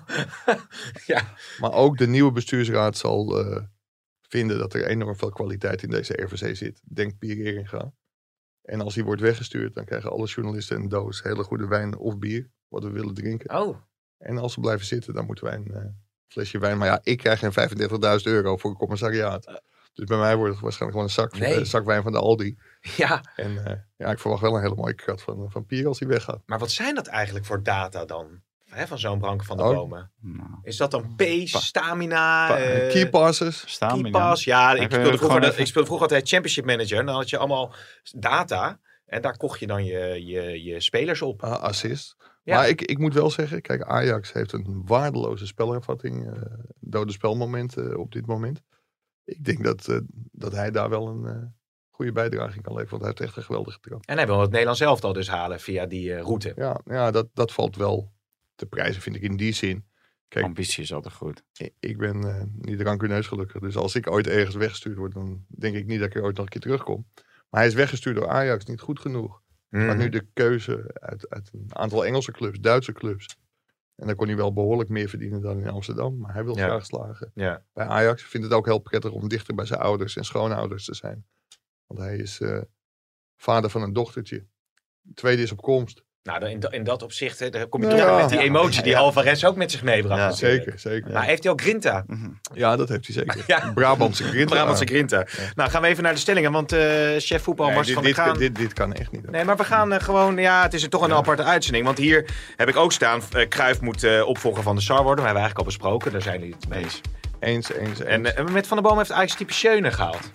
Ja. Maar ook de nieuwe bestuursraad zal uh, vinden dat er enorm veel kwaliteit in deze R V C zit. Denkt Pierre Inga. En als hij wordt weggestuurd, dan krijgen alle journalisten een doos hele goede wijn of bier. Wat we willen drinken. Oh, En als ze blijven zitten, dan moeten wij een uh, flesje wijn. Maar ja, ik krijg geen vijfendertigduizend euro voor een commissariaat. Dus bij mij wordt het waarschijnlijk gewoon een zak, Nee. uh, zak wijn van de Aldi. ja. En uh, ja, ik verwacht wel een hele mooie krat van, van Pierre als hij weggaat. Maar wat zijn dat eigenlijk voor data dan? Hè, van zo'n Brank van de Oh. Bomen. Nou, Is dat dan pace, stamina, Pa- eh, Key passes. staan we key dan? pass? Ja, ik Heb je speelde, ook vroeger, gewoon dat- even- ik speelde vroeger altijd Championship Manager. En dan had je allemaal data. En daar kocht je dan je, je, je spelers op. Uh, assist. Ja. Maar ik, ik moet wel zeggen, kijk, Ajax heeft een waardeloze spelervatting. Uh, dode spelmomenten op dit moment. Ik denk dat, uh, dat hij daar wel een uh, goede bijdrage in kan leveren. Want hij heeft echt een geweldige trap. En hij wil het Nederlands elftal dus halen via die eh, route. Ja, ja dat, dat valt wel te prijzen, vind ik in die zin. Kijk, Ambitie is altijd goed. ik- ik ben uh, niet rancuneus gelukkig. Dus als ik ooit ergens weggestuurd word, dan denk ik niet dat ik er ooit nog een keer terugkom. Maar hij is weggestuurd door Ajax, niet goed genoeg. Mm. Maar nu de keuze uit, uit een aantal Engelse clubs, Duitse clubs. En dan kon hij wel behoorlijk meer verdienen dan in Amsterdam. Maar hij wil Ja. graag slagen. Ja. Bij Ajax vindt het ook heel prettig om dichter bij zijn ouders en schoonouders te zijn. Want hij is uh, vader van een dochtertje. De tweede is op komst. Nou, in, in dat opzicht hè, daar kom je Nou toch ja. met die emotie die Ja. Alvarez ook met zich meebracht. Ja, natuurlijk. Zeker, zeker. Maar heeft hij ook grinta? Mhm. Ja, dat heeft hij zeker. Ja. Brabantse grinta. Brabantse grinta. Ja. Nou, gaan we even naar de stellingen. Want eh, chef voetbal Nee, Mars dit, van der dit, Kraan... dit, dit kan echt niet. Nee, maar we gaan uh, gewoon... Ja, het is er toch een aparte uitzending. Want hier heb ik ook staan... Uh, Cruijff moet uh, opvolger van de Sar worden. Dat hebben we eigenlijk al besproken. Daar zijn jullie het mee eens. Eens, eens, eens. En uh, met Van der Boom heeft Ajax type Schöne gehaald.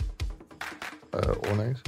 Uh, oneens.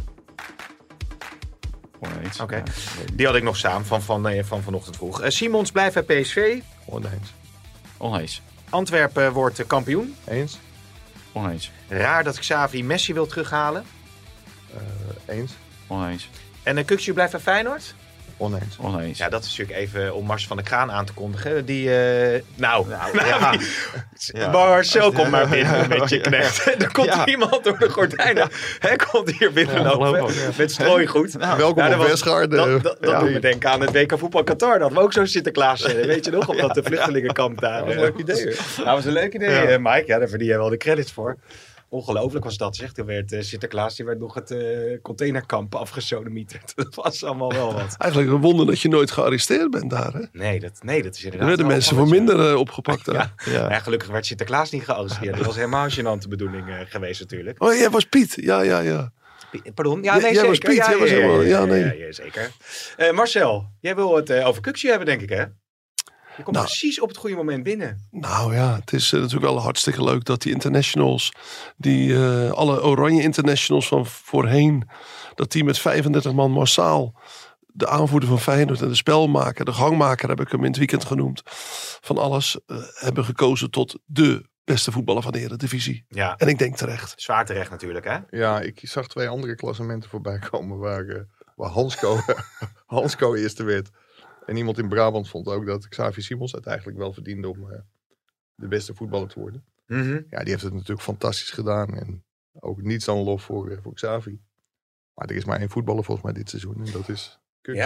Oneens. Oké. Ja. Die had ik nog staan van, van, uh, van vanochtend vroeg. Uh, Simons blijft bij P S V. Oneens. Oneens. Antwerpen wordt uh, kampioen. Eens. Oneens. Raar dat Xavi Messi wil terughalen. Uh, eens. Oneens. En uh, Kukçu blijft bij Feyenoord. Oneens. Oneens. Ja, dat is natuurlijk even om Mars van der Kraan aan te kondigen. Die, uh, nou, nou ja. die- Ja. Marcel, kom maar binnen Ja. met je knecht. Er komt Ja. iemand door de gordijnen. Hij komt hier binnenlopen ongelooflijk. met strooigoed. Nou, Welkom Nou, dat op was- Westgaarde. Dat, dat, dat Ja. doet me denken aan het W K voetbal Qatar. Dat hadden we ook zo'n Sinterklaas. Weet je nog? Op dat de vluchtelingenkamp daar. Dat was een leuk idee, hoor. Dat was een leuk idee, Ja. eh, Mike. Ja, daar verdien jij wel de credits voor. Ongelooflijk was dat, zeg. Toen werd uh, Sinterklaas die werd nog het uh, containerkamp afgesodemieterd. Dat was allemaal wel wat. Eigenlijk een wonder dat je nooit gearresteerd bent daar. Hè? Nee, dat, nee, dat is inderdaad Er werden wel mensen voor opvallend, minder uh, opgepakt daar. Ja. Ja. ja. Ja, gelukkig werd Sinterklaas niet gearresteerd. Dat was helemaal een gênante bedoeling uh, geweest natuurlijk. Oh, jij was Piet. Ja, ja, ja. P- Pardon? Ja, J- nee, jij zeker. was Piet, ja, jij was ja, helemaal- ja, ja, ja, nee. ja, ja, zeker. Uh, Marcel, jij wil het uh, over Kukçu hebben, denk ik, hè? Je komt Nou. precies op het goede moment binnen. Nou ja, het is uh, natuurlijk wel hartstikke leuk dat die internationals, die uh, alle oranje internationals van voorheen, dat die met vijfendertig man massaal de aanvoerder van Feyenoord en de spelmaker, de gangmaker heb ik hem in het weekend genoemd, van alles, uh, hebben gekozen tot de beste voetballer van de Eredivisie. Ja, En ik denk terecht. zwaar terecht natuurlijk, hè? Ja, ik zag twee andere klassementen voorbij komen waar, uh, waar Hansco, Hansco eerste werd. En iemand in Brabant vond ook dat Xavi Simons het eigenlijk wel verdiende om uh, de beste voetballer te worden. Mhm. Ja, die heeft het natuurlijk fantastisch gedaan. En ook niets dan lof voor, uh, voor Xavi. Maar er is maar één voetballer volgens mij dit seizoen. En dat is Kukçu. Ja.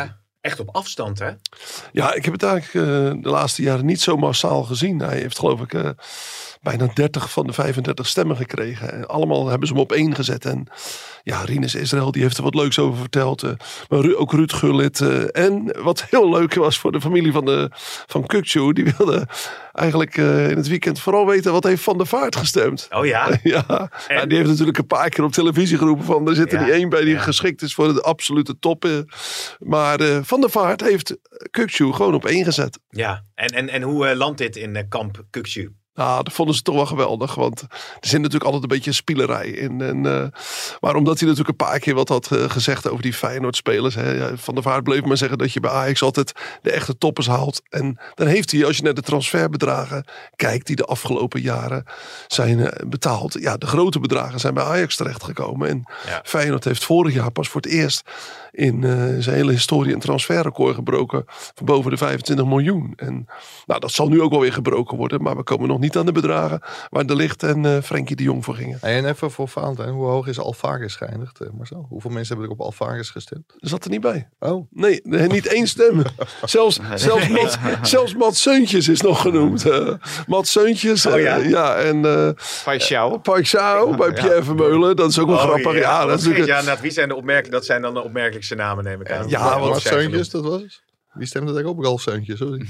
Echt op afstand, hè? Ja, ik heb het eigenlijk uh, de laatste jaren niet zo massaal gezien. Hij heeft geloof ik uh, bijna dertig van de vijfendertig stemmen gekregen. En allemaal hebben ze hem op één gezet. En ja, Rinus Israël die heeft er wat leuks over verteld. Uh, maar Ru- ook Ruud Gullit. Uh, en wat heel leuk was voor de familie van, de, van Kukçu. Die wilde eigenlijk uh, in het weekend vooral weten wat heeft Van der Vaart gestemd. Oh ja? ja. En... ja, die heeft natuurlijk een paar keer op televisie geroepen van er zit er ja, niet één bij die ja. geschikt is voor de absolute top. Uh, maar uh, Van der Vaart heeft Kukçu gewoon op één gezet. Ja, en, en, en hoe uh, landt dit in uh, kamp Kukçu? Nou, dat vonden ze toch wel geweldig. Want er zit natuurlijk altijd een beetje spielerij in. En, uh, maar omdat hij natuurlijk een paar keer wat had uh, gezegd over die Feyenoord-spelers. Hè, ja, Van der Vaart bleef maar zeggen dat je bij Ajax altijd de echte toppers haalt. En dan heeft hij, als je naar de transferbedragen kijkt die de afgelopen jaren zijn uh, betaald. Ja, de grote bedragen zijn bij Ajax terechtgekomen. En ja. Feyenoord heeft vorig jaar pas voor het eerst in uh, zijn hele historie een transferrecord gebroken van boven de vijfentwintig miljoen. En nou, dat zal nu ook wel weer gebroken worden. Maar we komen nog niet aan de bedragen waar De Ligt en uh, Frenkie de Jong voor gingen. En even voor Valentijn, hoe hoog is Alvarez geëindigd, uh, Marcel? Hoeveel mensen hebben er op Alvarez gestemd? Er zat er niet bij. Oh. Nee, nee niet één stem. zelfs, zelfs, Mat, zelfs Mats Seuntjes is nog genoemd. Uh, Mats Seuntjes. Uh, oh ja? ja, en uh, Paixão. Paixão bij Pierre ja. Vermeulen. Dat is ook wel oh, grappig. Ja, ja, dat is natuurlijk... ja nou, wie zijn de opmerkelijke, dat zijn dan de opmerkelijkste namen, neem ik aan. Ja, ja wat Mats Seuntjes, dat was het. Wie stemde daar op? Ralf Seuntjes, sorry.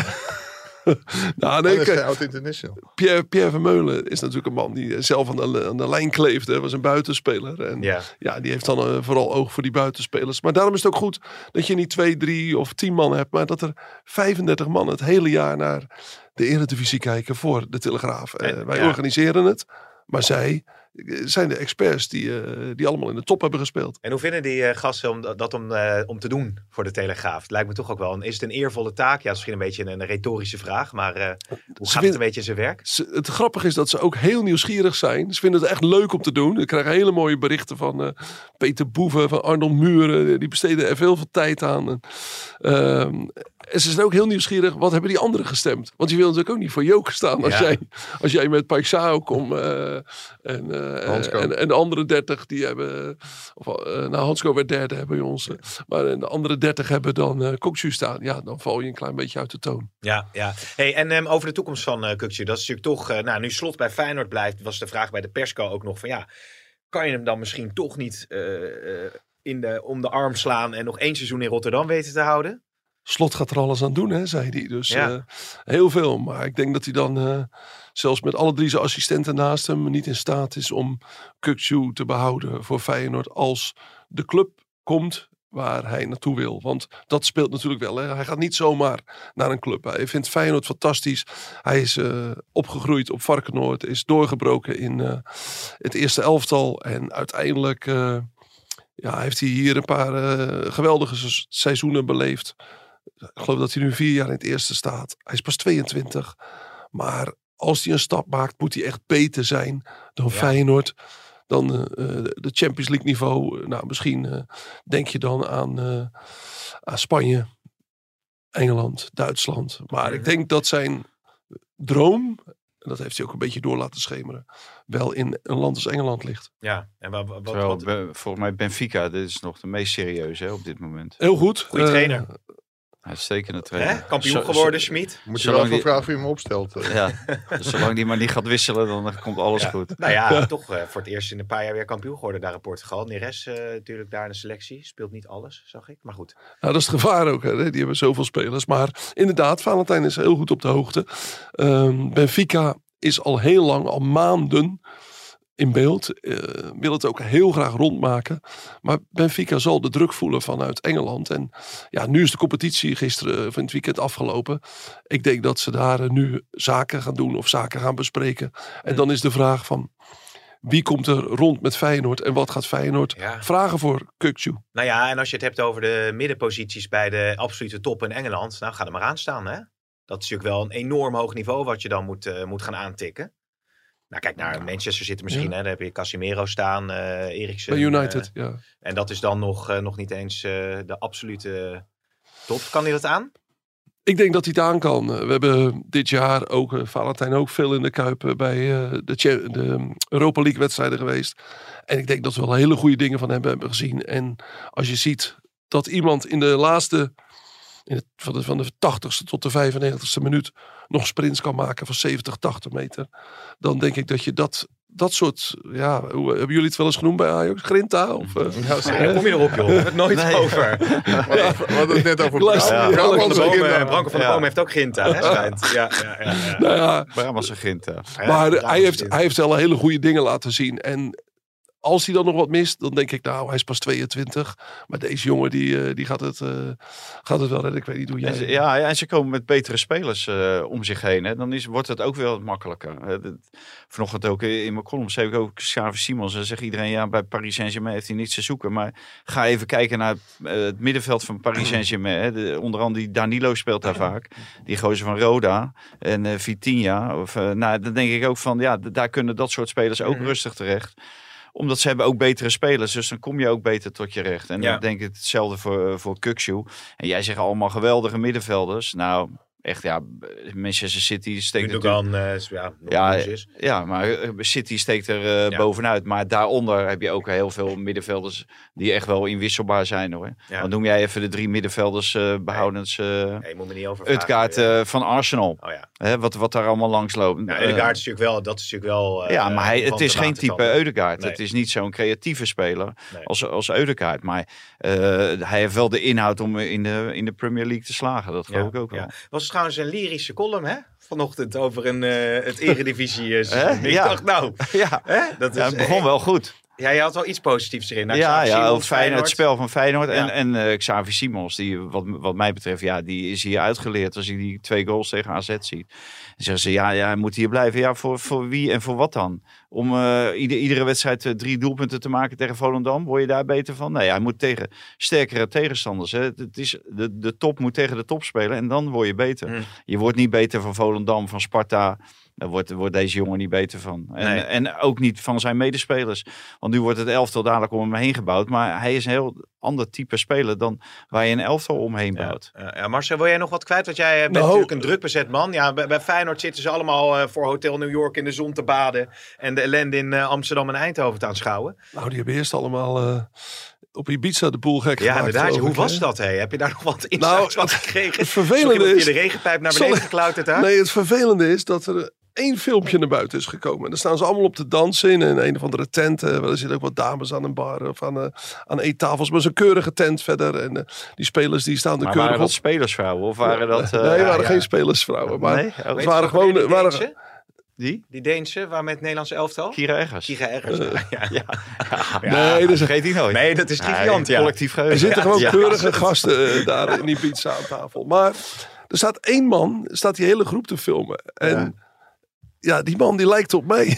nou, nee, dat is geen oud-international. Pierre, Pierre Vermeulen is natuurlijk een man die zelf aan de, aan de lijn kleefde. Was een buitenspeler. En ja. ja, die heeft dan uh, vooral oog voor die buitenspelers. Maar daarom is het ook goed dat je niet twee, drie of tien man hebt. Maar dat er vijfendertig man het hele jaar naar de Eredivisie kijken voor de Telegraaf. Uh, en, wij ja. organiseren het. Maar zij zijn de experts die, uh, die allemaal in de top hebben gespeeld. En hoe vinden die uh, gasten om dat om, uh, om te doen voor de Telegraaf? Het lijkt me toch ook wel. Een, is het een eervolle taak? Ja, dat is misschien een beetje een, een retorische vraag. Maar uh, hoe Ze gaat vinden, het een beetje in zijn werk? Ze, het grappige is dat ze ook heel nieuwsgierig zijn. Ze vinden het echt leuk om te doen. Ik krijg hele mooie berichten van uh, Peter Boeven, van Arnold Muren. Die besteden er veel, veel tijd aan. En, uh, en ze zijn ook heel nieuwsgierig. Wat hebben die anderen gestemd? Want je wil natuurlijk ook niet voor Joker staan. Als, ja. jij, als jij met Paixão komt. Uh, en, uh, en, en de andere dertig die hebben. Of, uh, nou, Hansco werd derde hebben bij ons. Uh, maar de andere dertig hebben dan uh, Kukçu staan. Ja, dan val je een klein beetje uit de toon. Ja, ja. Hey, en um, over de toekomst van uh, Kukçu. Dat is natuurlijk toch. Uh, nou, nu Slot bij Feyenoord blijft. Was de vraag bij de persco ook nog van ja. Kan je hem dan misschien toch niet uh, uh, in de, om de arm slaan. En nog één seizoen in Rotterdam weten te houden? Slot gaat er alles aan doen, hè, zei hij. Dus ja. uh, heel veel. Maar ik denk dat hij dan uh, zelfs met alle drie zijn assistenten naast hem niet in staat is om Kukçu te behouden voor Feyenoord als de club komt waar hij naartoe wil. Want dat speelt natuurlijk wel. Hè. Hij gaat niet zomaar naar een club. Hij vindt Feyenoord fantastisch. Hij is uh, opgegroeid op Varkenoord. Is doorgebroken in uh, het eerste elftal. En uiteindelijk uh, ja, heeft hij hier een paar uh, geweldige se- seizoenen beleefd. Ik geloof dat hij nu vier jaar in het eerste staat. Hij is pas tweeëntwintig. Maar als hij een stap maakt, moet hij echt beter zijn dan ja. Feyenoord. Dan uh, de Champions League niveau. Nou, misschien uh, denk je dan aan, uh, aan Spanje, Engeland, Duitsland. Maar mm-hmm. ik denk dat zijn droom, en dat heeft hij ook een beetje door laten schemeren, wel in een land als Engeland ligt. Ja, en wat, wat, Terwijl, wat... volgens mij Benfica, dit is nog de meest serieuze hè, op dit moment. Heel goed. Goeie uh, trainer. Uitstekende trainer. Hè? Kampioen zo, geworden, Schmid. Moet je wel even die... vragen wie hem opstelt. Uh. Ja, dus zolang die maar niet gaat wisselen, dan komt alles ja. goed. Nou ja, ja. toch uh, voor het eerst in een paar jaar weer kampioen geworden daar in Portugal. Neres uh, natuurlijk daar in de selectie. Speelt niet alles, zag ik. Maar goed. Nou, dat is het gevaar ook. Hè? Die hebben zoveel spelers. Maar inderdaad, Valentijn is heel goed op de hoogte. Um, Benfica is al heel lang, al maanden in beeld. Uh, wil het ook heel graag rondmaken. Maar Benfica zal de druk voelen vanuit Engeland. En ja, nu is de competitie gisteren van het weekend afgelopen. Ik denk dat ze daar uh, nu zaken gaan doen of zaken gaan bespreken. En dan is de vraag van wie komt er rond met Feyenoord en wat gaat Feyenoord ja. vragen voor Kukçu? Nou ja, en als je het hebt over de middenposities bij de absolute top in Engeland. Nou, ga er maar aan staan, hè. Dat is natuurlijk wel een enorm hoog niveau wat je dan moet, uh, moet gaan aantikken. Nou, kijk naar Manchester City misschien. Ja. Hè? Daar heb je Casemiro staan, uh, Eriksen. Bij United, uh, ja. En dat is dan nog, uh, nog niet eens uh, de absolute top. Kan hij dat aan? Ik denk dat hij het aan kan. We hebben dit jaar ook, uh, Valentijn ook veel in de Kuip uh, bij uh, de, Ch- de Europa League wedstrijden geweest. En ik denk dat we wel hele goede dingen van hem hebben gezien. En als je ziet dat iemand in de laatste, in het, van, de, van de tachtigste tot de vijfennegentigste minuut nog sprints kan maken van zeventig, tachtig meter. Dan denk ik dat je dat, dat soort, ja, hoe, hebben jullie het wel eens genoemd bij Ajax? Grinta? Of, uh, Nou, zeg, kom je erop, joh? We hebben het nooit Nee. over. We hadden het net over Luister, Brabant. ja, Branko van Brabant de Boom, Grinta. eh, Branko van de Ja. Boom heeft ook Grinta, hè, schijnt. Ja, ja, ja, ja. nou ja, Brabantse Grinta. Ja, maar Brabantse hij heeft, Grinta. hij heeft wel hele goede dingen laten zien. En als hij dan nog wat mist, dan denk ik, nou, hij is pas tweeëntwintig. Maar deze jongen, die, uh, die gaat, het, uh, gaat het wel redden. Ik weet niet hoe jij... En ze, ja, ja, en ze komen met betere spelers uh, om zich heen. Hè. Dan is, wordt het ook wel wat makkelijker. Uh, dat, vanochtend ook in mijn column schreef ik ook Xavi Simons. Dan zegt iedereen, ja, bij Paris Saint-Germain heeft hij niets te zoeken. Maar ga even kijken naar uh, het middenveld van Paris Saint-Germain. Hè. De, onder andere die Danilo speelt daar vaak. Die gozer van Roda en uh, Vitinha. Of, uh, nou, dan denk ik ook van, ja, d- daar kunnen dat soort spelers ook Mhm. rustig terecht. Omdat ze hebben ook betere spelers. Dus dan kom je ook beter tot je recht. En Ja. dan denk ik hetzelfde voor, voor Kukçu. En jij zegt allemaal geweldige middenvelders. Nou, echt ja, Manchester City steekt natuurlijk... Gundogan, uh, ja, nog Ja, nieuws is. ja, maar uh, City steekt er uh, Ja. bovenuit. Maar daaronder heb je ook heel veel middenvelders die echt wel inwisselbaar zijn, hoor. Ja. Dan noem jij even de drie middenvelders uh, behoudens. Uh, Nee, je moet me niet over vragen. Utgaard uh, van Arsenal. Oh ja. Hè, wat, wat daar allemaal langs loopt. Ja, Uh, Ødegaard is natuurlijk wel, dat is natuurlijk wel... uh, ja, maar hij, het van is de geen type watertanden. Ødegaard. Nee. Het is niet zo'n creatieve speler Nee. als, als Ødegaard. Maar uh, hij heeft wel de inhoud om in de, in de Premier League te slagen. Dat geloof ik ook wel. Ja. Was trouwens een lyrische column, hè? Vanochtend over een, uh, het eredivisie. Uh, Hè? ik Ja. dacht, nou, Ja, hè? Dat ja, is, het begon wel goed. Ja, je had wel iets positiefs erin. Nou, Ja, Xavi ja, Simons, over Feyenoord, het spel van Feyenoord. En, Ja. en uh, Xavi Simons, die wat, wat mij betreft, ja, die is hier uitgeleerd als ik die twee goals tegen A Z zie. Dan zeggen ze, ja, ja, hij moet hier blijven. Ja, voor, voor wie en voor wat dan? Om uh, ieder, iedere wedstrijd uh, drie doelpunten te maken tegen Volendam, word je daar beter van? Nee, hij moet tegen sterkere tegenstanders. Hè. Het, het is, de, de top moet tegen de top spelen en dan word je beter. Hmm. Je wordt niet beter van Volendam, van Sparta. Daar wordt, wordt deze jongen niet beter van. En, Nee. en ook niet van zijn medespelers. Want nu wordt het elftal dadelijk om hem heen gebouwd. Maar hij is een heel ander type speler dan waar je een elftal omheen bouwt. Ja, ja, ja, Marcel, wil jij nog wat kwijt? Want jij bent Nou, natuurlijk een druk bezet man. Ja, bij, bij Feyenoord zitten ze allemaal uh, voor Hotel New York in de zon te baden. En de ellende in uh, Amsterdam en Eindhoven te aanschouwen. Nou, die hebben eerst allemaal uh, op Ibiza de boel gek Ja, gemaakt. inderdaad. geloof Hoe ik, was hè? dat? Hey? Heb je daar nog wat insights Nou, van gekregen? Het vervelende Is is... je de regenpijp naar Zal beneden ik- geklauterd daar? Nee, het vervelende is dat er één filmpje naar buiten is gekomen. En dan staan ze allemaal op te dansen in een, een of andere tent. Uh, er zitten ook wat dames aan een bar of aan, uh, aan eettafels. Maar zo'n keurige tent verder. En uh, die spelers die staan er Maar keurig waren dat op. spelersvrouwen? Of waren dat... uh, nee, het ja, waren ja. geen spelersvrouwen. Maar nee? Oh, Weet het je waren nog gewoon... die Waren, Deense? die? Die Deense, waar met het Nederlandse elftal? Kira Eggers. Kiga Eggers. ja. Ja. nee, dus, Vergeet die nooit. Nee, dat is Kiviant, ja. Collectief geheugen. er zitten Ja. gewoon Ja. keurige gasten uh, daar in die pizza aan tafel. Maar er staat één man, staat die hele groep te filmen. En ja, ja die man die lijkt op mij.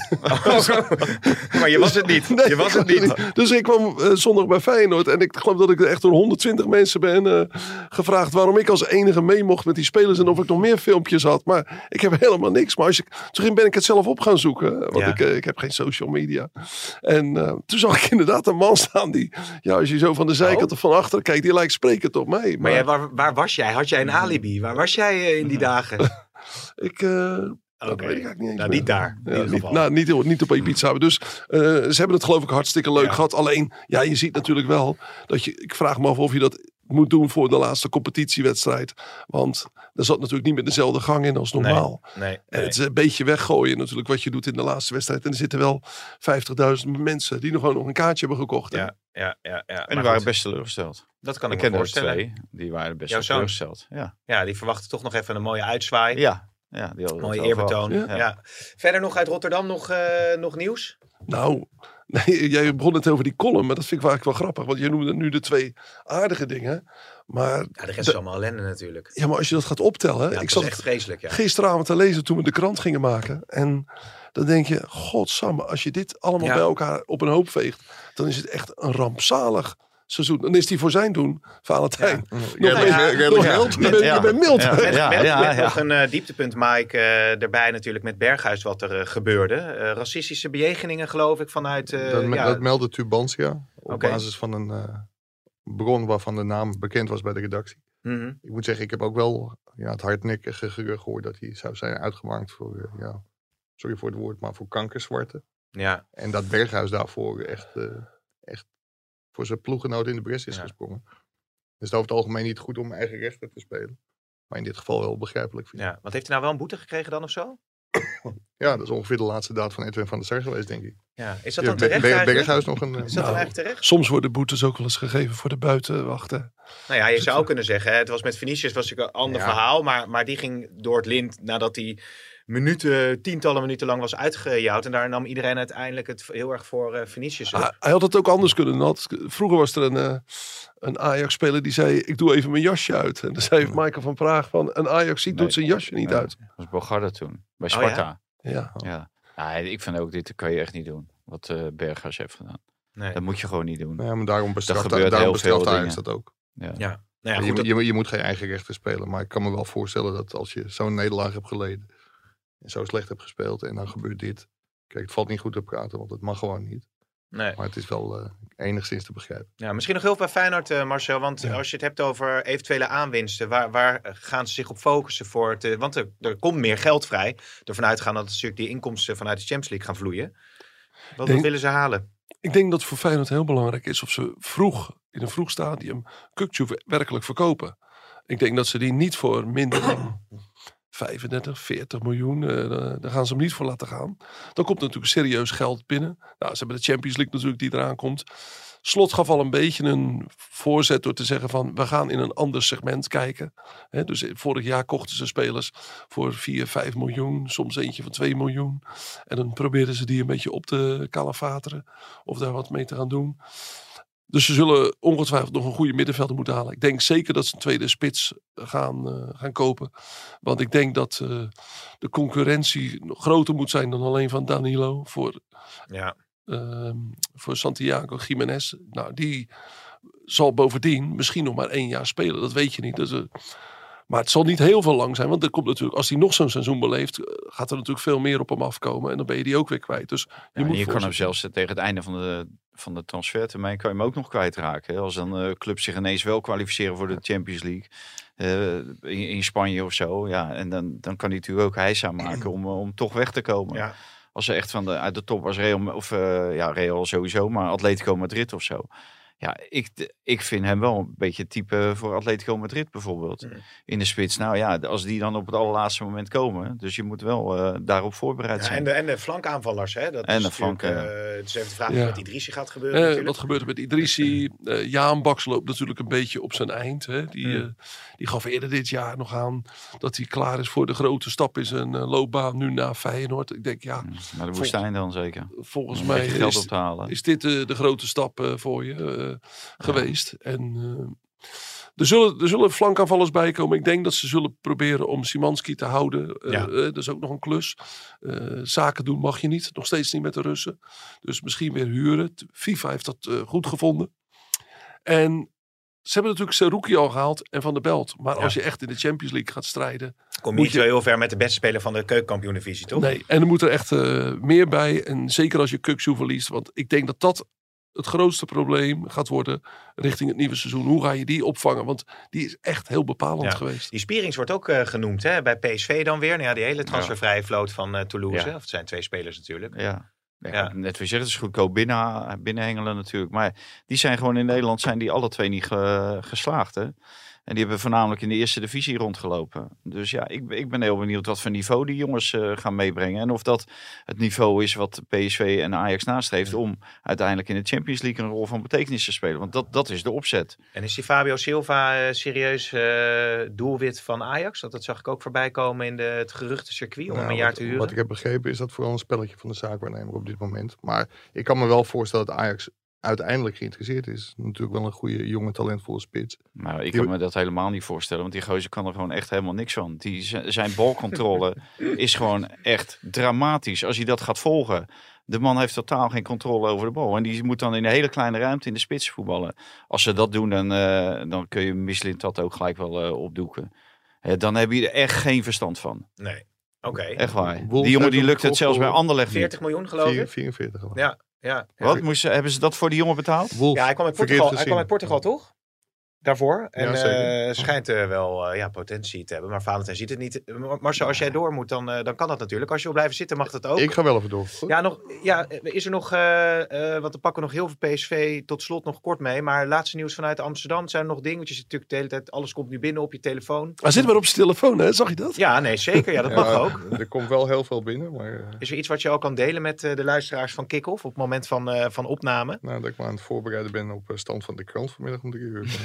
Maar je was het niet. Nee, je was ik het niet. Dus ik kwam uh, zondag bij Feyenoord. En ik geloof dat ik echt door honderdtwintig mensen ben uh, gevraagd waarom ik als enige mee mocht met die spelers. En of ik nog meer filmpjes had. Maar ik heb helemaal niks. Maar als ik, toen ben ik het zelf op gaan zoeken. Want Ja. ik, uh, ik heb geen social media. En uh, toen zag ik inderdaad een man staan die, ja, als je zo van de zijkant of van achter kijkt, die lijkt sprekend op mij. Maar, Maar jij, waar, waar was jij? Had jij een alibi? Waar was jij uh, in die dagen? ik... Uh, Oké. Dat weet ik eigenlijk niet eens Nou, meer. niet daar. In Ja, ieder niet, geval. nou, niet, niet op Ibiza. Dus uh, ze hebben het geloof ik hartstikke leuk Ja. gehad. Alleen, ja, je ziet natuurlijk wel dat je... Ik vraag me af of je dat moet doen voor de laatste competitiewedstrijd. Want er zat natuurlijk niet meer dezelfde gang in als normaal. Nee, En nee. het is een beetje weggooien natuurlijk wat je doet in de laatste wedstrijd. En er zitten wel vijftigduizend mensen die nog gewoon nog een kaartje hebben gekocht. hè. Ja, ja, ja, ja. En Maar die waren goed, best teleurgesteld. dat kan Ik ik me ken er voorstellen. twee. Die waren best Jouw wel zoon? teleurgesteld. Ja, Ja, die verwachten toch nog even een mooie uitzwaai. ja. ja die hadden Mooie het wel eerbetoon. verwacht. Ja. Ja. Verder nog uit Rotterdam nog, uh, nog nieuws? Nou, nee, jij begon het over die column. Maar dat vind ik eigenlijk wel grappig. Want je noemde nu de twee aardige dingen. Maar, Ja, de rest is allemaal ellende natuurlijk. ja, maar als je dat gaat optellen. Ja, ik ik zat was echt vreselijk, ja. gisteravond te lezen toen we de krant gingen maken. En dan denk je, godsamme, als je dit allemaal Ja. bij elkaar op een hoop veegt, dan is het echt een rampzalig seizoen. Dan is die voor zijn doen, Valentijn. Ja, Nog redelijk- meer- redelijk nog- mild. Je bent, je bent mild. Ja. Met, Ja, met, ja, met ja. nog een uh, dieptepunt, Mike, uh, erbij natuurlijk met Berghuis wat er uh, gebeurde. Uh, racistische bejegeningen geloof ik vanuit... Uh, dat, me- ja, dat meldde Tubantia. Op Oké. basis van een uh, bron waarvan de naam bekend was bij de redactie. mhm. Ik moet zeggen, ik heb ook wel ja, het hardnekkige gerucht gehoord dat hij zou zijn uitgemaakt voor, uh, ja, sorry voor het woord, maar voor kankerzwarte. Ja, En dat Berghuis daarvoor echt, uh, echt voor zijn ploeggenoot in de bres is Ja. gesprongen. het over het algemeen niet goed om eigen rechten te spelen. Maar in dit geval wel begrijpelijk vind ik. Ja, want heeft hij nou wel een boete gekregen dan of zo? Ja, dat is ongeveer de laatste daad van Edwin van der Sar geweest, denk ik. Ja, is dat Ja, dan terecht Ber- eigenlijk? Berghuis nog een... eh, Is dat dan Nou, eigenlijk terecht? Soms worden boetes ook wel eens gegeven voor de buitenwachten. Nou ja, je zou ook kunnen zeggen, hè, het was met Vinicius was natuurlijk een ander Ja. verhaal, maar, maar die ging door het lint nadat hij minuten, tientallen minuten lang was uitgejouwd. En daar nam iedereen uiteindelijk het heel erg voor uh, Vinicius op. Ah, hij had het ook anders kunnen. Had, vroeger was er een, uh, een Ajax-speler die zei, ik doe even mijn jasje uit. En dan zei Michael van Praag van, een Ajax Nee. doet zijn jasje niet Nee, uit. Dat was Bogarde toen, bij Oh, Sparta. Ja. ja. Nou, ik vind ook, dit kan je echt niet doen. Wat uh, Berghuis heeft gedaan. Nee. Dat moet je gewoon niet doen. Ja, maar daarom bestraft, gebeurt daarom heel bestraft veel Ajax dingen. dat ook. Ja. Ja. Nou ja, je, goed, moet- dat- je, moet- je moet geen eigen rechten spelen. Maar ik kan me wel voorstellen dat als je zo'n nederlaag hebt geleden. En zo slecht hebt gespeeld. En dan gebeurt dit. Kijk, het valt niet goed te praten. Want het mag gewoon niet. nee. Maar het is wel uh, enigszins te begrijpen. Ja, misschien nog heel veel bij Feyenoord, uh, Marcel. Want Ja. als je het hebt over eventuele aanwinsten, waar, waar gaan ze zich op focussen voor? Te, want er, er komt meer geld vrij. Ervan uitgaan dat natuurlijk die inkomsten vanuit de Champions League gaan vloeien. Wat, wat Denk- willen ze halen? Ik denk dat voor Feyenoord heel belangrijk is of ze vroeg, in een vroeg stadium, Kukçu werkelijk verkopen. Ik denk dat ze die niet voor minder dan vijfendertig, veertig miljoen, uh, daar gaan ze hem niet voor laten gaan. Dan komt natuurlijk serieus geld binnen. Nou, ze hebben de Champions League natuurlijk die eraan komt. Slot gaf al een beetje een voorzet door te zeggen van, we gaan in een ander segment kijken. He, dus vorig jaar kochten ze spelers voor vier, vijf miljoen, soms eentje van twee miljoen. En dan probeerden ze die een beetje op te kalafateren of daar wat mee te gaan doen. Dus ze zullen ongetwijfeld nog een goede middenvelder moeten halen. Ik denk zeker dat ze een tweede spits gaan, uh, gaan kopen. Want ik denk dat uh, de concurrentie nog groter moet zijn dan alleen van Danilo voor, Ja. uh, voor Santiago Gimenez. Nou, die zal bovendien misschien nog maar één jaar spelen. Dat weet je niet. Dus, uh, maar het zal niet heel veel lang zijn. Want er komt natuurlijk, als hij nog zo'n seizoen beleeft, uh, gaat er natuurlijk veel meer op hem afkomen. En dan ben je die ook weer kwijt. Dus je, Ja, moet je kan hem voorzichtig- zelfs uh, tegen het einde van de, van de transfertermijn kan je hem ook nog kwijtraken. Hè? Als dan uh, clubs zich ineens wel kwalificeren voor de Champions League. Uh, in, in Spanje of zo. Ja, en dan, dan kan hij natuurlijk ook heisa maken om, om toch weg te komen. Ja. Als ze echt van de, uit de top als Real, of uh, ja, Real sowieso, maar Atletico Madrid of zo. Ja, ik, ik vind hem wel een beetje type voor Atletico Madrid bijvoorbeeld. Mm. In de spits. Nou ja, als die dan op het allerlaatste moment komen. Dus je moet wel uh, daarop voorbereid Ja, zijn. en, de, en de flankaanvallers, hè? Dat En is de natuurlijk, flanken, uh, het is even de vraag Ja. wat met Idrissi gaat gebeuren. Eh, natuurlijk. wat gebeurt er met Idrissi? Uh, Jaan Baks loopt natuurlijk een beetje op zijn eind. Hè? Die, Hmm. uh, die gaf eerder dit jaar nog aan dat hij klaar is voor de grote stap in zijn uh, loopbaan nu naar Feyenoord. Ik denk ja, Maar de woestijn dan zeker. volgens Om een mij beetje geld is, op te halen. is dit uh, de grote stap uh, voor je uh, geweest. En uh, er zullen, er zullen flankaanvallers bij komen. Ik denk dat ze zullen proberen om Szymanski te houden. Uh, Ja. uh, dat is ook nog een klus. Uh, zaken doen mag je niet. Nog steeds niet met de Russen. Dus misschien weer huren. FIFA heeft dat uh, goed gevonden. En ze hebben natuurlijk Seruki al gehaald en Van der Belt. Maar Ja. als je echt in de Champions League gaat strijden. Kom je moet niet je- zo heel ver met de beste speler van de keukenkampioen-divisie, toch? Nee, en er moet er echt uh, meer bij. En zeker als je Kukçu verliest. Want ik denk dat dat het grootste probleem gaat worden richting het nieuwe seizoen. Hoe ga je die opvangen? Want die is echt heel bepalend Ja. geweest. Die Spierings wordt ook uh, genoemd, hè? Bij P S V dan weer. Nou ja, die hele transfervrije vloot van uh, Toulouse. Ja. Of het zijn twee spelers natuurlijk. Ja. Ja, Ja. net wie zegt, het is goedkoop binnen, binnenhengelen natuurlijk. Maar die zijn gewoon in Nederland zijn die alle twee niet ge- geslaagd. Hè? En die hebben voornamelijk in de eerste divisie rondgelopen. Dus ja, ik, ik ben heel benieuwd wat voor niveau die jongens uh, gaan meebrengen. En of dat het niveau is wat P S V en Ajax nastreeft om uiteindelijk in de Champions League een rol van betekenis te spelen. Want dat, dat is de opzet. En is die Fabio Silva uh, serieus uh, doelwit van Ajax? Dat, dat zag ik ook voorbij komen in de, het geruchtencircuit om Nou, hem een jaar wat, te huren. Wat ik heb begrepen is dat vooral een spelletje van de zaakwaarnemer op dit moment. Maar ik kan me wel voorstellen dat Ajax uiteindelijk geïnteresseerd is. Natuurlijk wel een goede, jonge, talentvolle spits. Maar ik Die- kan me dat helemaal niet voorstellen. Want die gozer kan er gewoon echt helemaal niks van. Die, z- zijn balcontrole is gewoon echt dramatisch. Als hij dat gaat volgen. De man heeft totaal geen controle over de bal. En die moet dan in een hele kleine ruimte in de spits voetballen. Als ze dat doen, dan, uh, dan kun je Michelin dat ook gelijk wel uh, opdoeken. Uh, dan heb je er echt geen verstand van. Nee. Oké. Echt waar. Wolves Die jongen heeft die hem lukt het gekocht zelfs bij voor Anderlecht niet. veertig miljoen geloof Vier- ik. vierenveertig geloof ik. Ja. Ja. Wat? Moesten, hebben ze dat voor die jongen betaald? Wolves, Ja, hij kwam uit verkeerd Portugal, hij kwam gezien. uit Portugal toch? daarvoor. En Ja, uh, zeker. schijnt uh, wel uh, ja, potentie te hebben. Maar Valentijn ziet het niet. Marcel, als jij door moet, dan, uh, dan kan dat natuurlijk. Als je wil blijven zitten, mag dat ook. Ik ga wel even door. Goed? Ja, nog, ja, is er nog, uh, uh, want we pakken nog heel veel P S V tot slot nog kort mee. Maar laatste nieuws vanuit Amsterdam. Zijn er nog dingen? Want je ziet natuurlijk de hele tijd, alles komt nu binnen op je telefoon. Hij zit maar op zijn telefoon, hè? Zag je dat? Ja, nee, zeker. Ja, dat Ja, mag ook. Er komt wel heel veel binnen, maar uh, Is er iets wat je al kan delen met uh, de luisteraars van Kick-Off op het moment van, uh, van opname? nou, dat ik maar aan het voorbereiden ben op uh, stand van de krant vanmiddag om drie uur.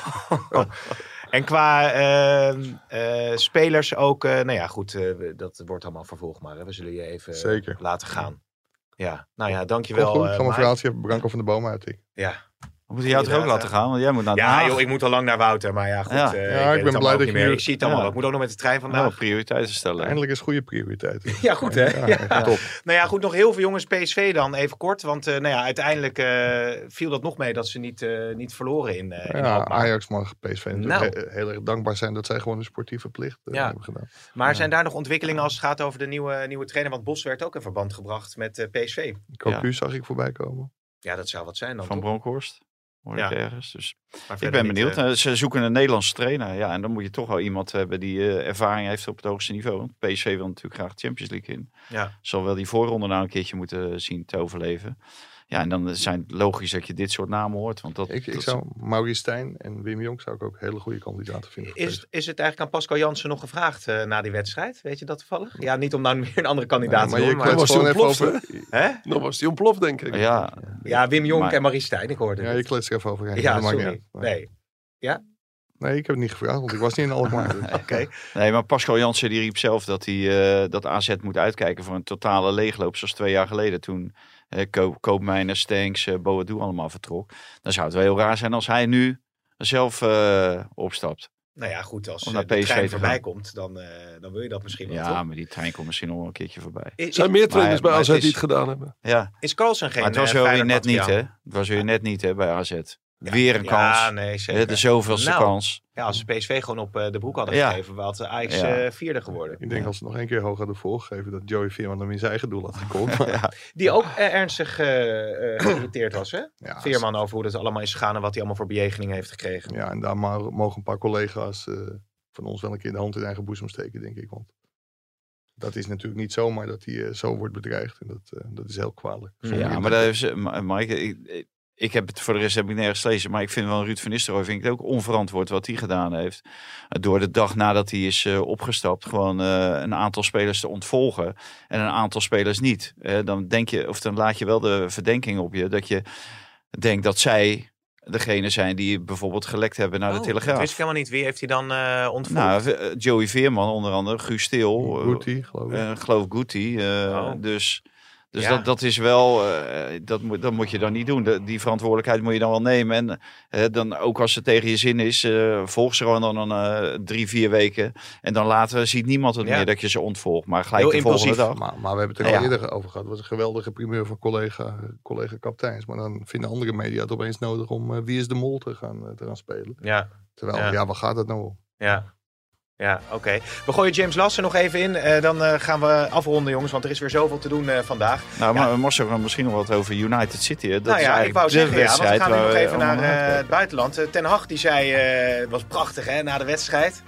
En qua uh, uh, spelers ook, uh, nou ja, goed, uh, dat wordt allemaal vervolgd, maar hè. We zullen je even Zeker. laten gaan. Ja, nou ja, Komt dankjewel. goed, uh, ik ga mijn Mike. verhaaltje even Branko van de Boom uit. Ja, We moeten jou toch ook Inderdaad, laten gaan, want jij moet naar Den ja Haag. joh, ik moet al lang naar Wouter, maar ja, goed. Ja. uh, Ja, ik, ik weet ben het allemaal blij ook dat niet je meer. nu- Ik zie het allemaal Ja. ook. Ik moet ook nog met de trein vandaag. Nou, prioriteiten stellen. Eindelijk is goede prioriteit. Ja, goed hè? Ja, Ja. echt top. Nou ja, goed, nog heel veel jongens P S V dan, even kort. Want uh, nou ja, uiteindelijk uh, viel dat nog mee dat ze niet, uh, niet verloren in, uh, in Ja, Alkmaar. Ajax mag P S V natuurlijk Nou. he- heel erg dankbaar zijn dat zij gewoon een sportieve plicht uh, Ja. hebben gedaan. Maar zijn daar nog ontwikkelingen als het gaat over de nieuwe, nieuwe trainer? Want Bos werd ook in verband gebracht met uh, P S V. Cocu zag ik voorbij komen. Ja, dat zou wat zijn dan Van toch? Bronkhorst. Hoor Ja. ik ergens. Dus Maar ik verder ben niet, benieuwd. uh, Uh, Ze zoeken een Nederlandse trainer. Ja, en dan moet je toch wel iemand hebben die uh, ervaring heeft op het hoogste niveau. Want P S V wil natuurlijk graag Champions League in. ja. Zal wel die voorronde nou een keertje moeten zien te overleven. Ja, en dan zijn het logisch dat je dit soort namen hoort. Want dat, Ik, ik dat- zou Maurice Stijn en Wim Jong zou ik ook hele goede kandidaten vinden. voor Is, P S V. is het eigenlijk aan Pascal Jansen nog gevraagd uh, na die wedstrijd? Weet je dat toevallig? Ja, niet om nou meer een andere kandidaat Ja, te je doen. Maar, kletst was hij gewoon even ontploft, over. hè? Dan was hij ontploft, denk ik. ja, Ja, Wim Jonk Maar- en Marie Stijn, ik hoorde Ja, het. je kletst er even overheen. Ja, Dat maakt niet sorry. uit. Nee. Nee, Nee, ik heb het niet gevraagd, want ik was niet in Alkmaar. oké. nee, maar Pascal Jansen die riep zelf dat, hij, uh, dat A Z moet uitkijken voor een totale leegloop. Zoals twee jaar geleden toen uh, Ko- Koopmeiners, Stanks, uh, Boadu allemaal vertrok. Dan zou het wel heel raar zijn als hij nu zelf uh, opstapt. Nou ja, goed, als Om uh, naar de P S V trein te voorbij gaan. komt, dan, uh, dan wil je dat misschien wel, Ja, toch? maar die trein komt misschien nog wel een keertje voorbij. Is, Er zijn meer trainers Maar- bij maar A Z het die is- het gedaan hebben. Ja, is Carlsen geen maar het was uh, wel weer Feyenoord net niet, hè? materiaal? Het was weer net niet, hè, bij A Z. Ja. Weer een kans. Ja, nee, zeker. Hè, de zoveelste Nou, kans. Ja, als ze P S V gewoon op uh, de broek hadden Ja. gegeven, had Ajax Ja. uh, vierde geworden. Ik denk als ze nog één keer hoog hadden voorgegeven dat Joey Veerman hem in zijn eigen doel had gekomen. Maar Ja. Die ook uh, ernstig uh, uh, geïrriteerd was, hè? ja, Veerman over hoe dat allemaal is gegaan en wat hij allemaal voor bejegeningen heeft gekregen. Ja, en daar ma- mogen een paar collega's uh, van ons wel een keer de hand in eigen boezem steken, denk ik. Want dat is natuurlijk niet zomaar dat hij uh, zo wordt bedreigd. En dat, uh, dat is heel kwalijk. Zonder Ja, iemand- maar dat is, uh, Ma- Mike, ik, ik heb het voor de rest heb ik nergens gelezen, maar ik vind wel Ruud van Nistelrooy vind ik het ook onverantwoord wat hij gedaan heeft. Uh, door de dag nadat hij is uh, opgestapt, gewoon uh, een aantal spelers te ontvolgen en een aantal spelers niet. Uh, dan denk je, of dan laat je wel de verdenking op je dat je denkt dat zij degene zijn die bijvoorbeeld gelekt hebben naar Oh, de dat Telegraaf. wist ik helemaal niet. Wie heeft hij dan uh, ontvolgd? Nou, uh, Joey Veerman onder andere, Guus Stil, uh, Guti, geloof ik. uh, geloof Guti. Uh, Oh. Dus, dus Ja. dat, dat is wel, uh, dat, moet, dat moet je dan niet doen. De, die verantwoordelijkheid moet je dan wel nemen. En uh, dan ook als het tegen je zin is, uh, volg ze gewoon dan uh, drie, vier weken. En dan later ziet niemand het Ja. meer dat je ze ontvolgt. Maar gelijk Heel de volgende impulsief. dag. Maar, maar we hebben het er Ja. al eerder over gehad. Het was een geweldige primeur van collega, collega kapiteins. Maar dan vinden andere media het opeens nodig om uh, Wie is de Mol te gaan, uh, te gaan spelen. Ja, Terwijl, Ja. ja, waar gaat het nou om? ja. Ja, oké. Okay. We gooien James Lassen nog even in. Uh, dan uh, gaan we afronden, jongens, want er is weer zoveel te doen uh, vandaag. Nou, Ja. maar Marcel kan misschien nog wat over United City. Hè? Dat nou is ja, ik eigenlijk wou de zeggen, ja, want we wedstrijd gaan nu waar nog we even allemaal naar naar uh, uitkijken. het buitenland. Uh, Ten Hag, die zei, uh, het was prachtig hè, na de wedstrijd.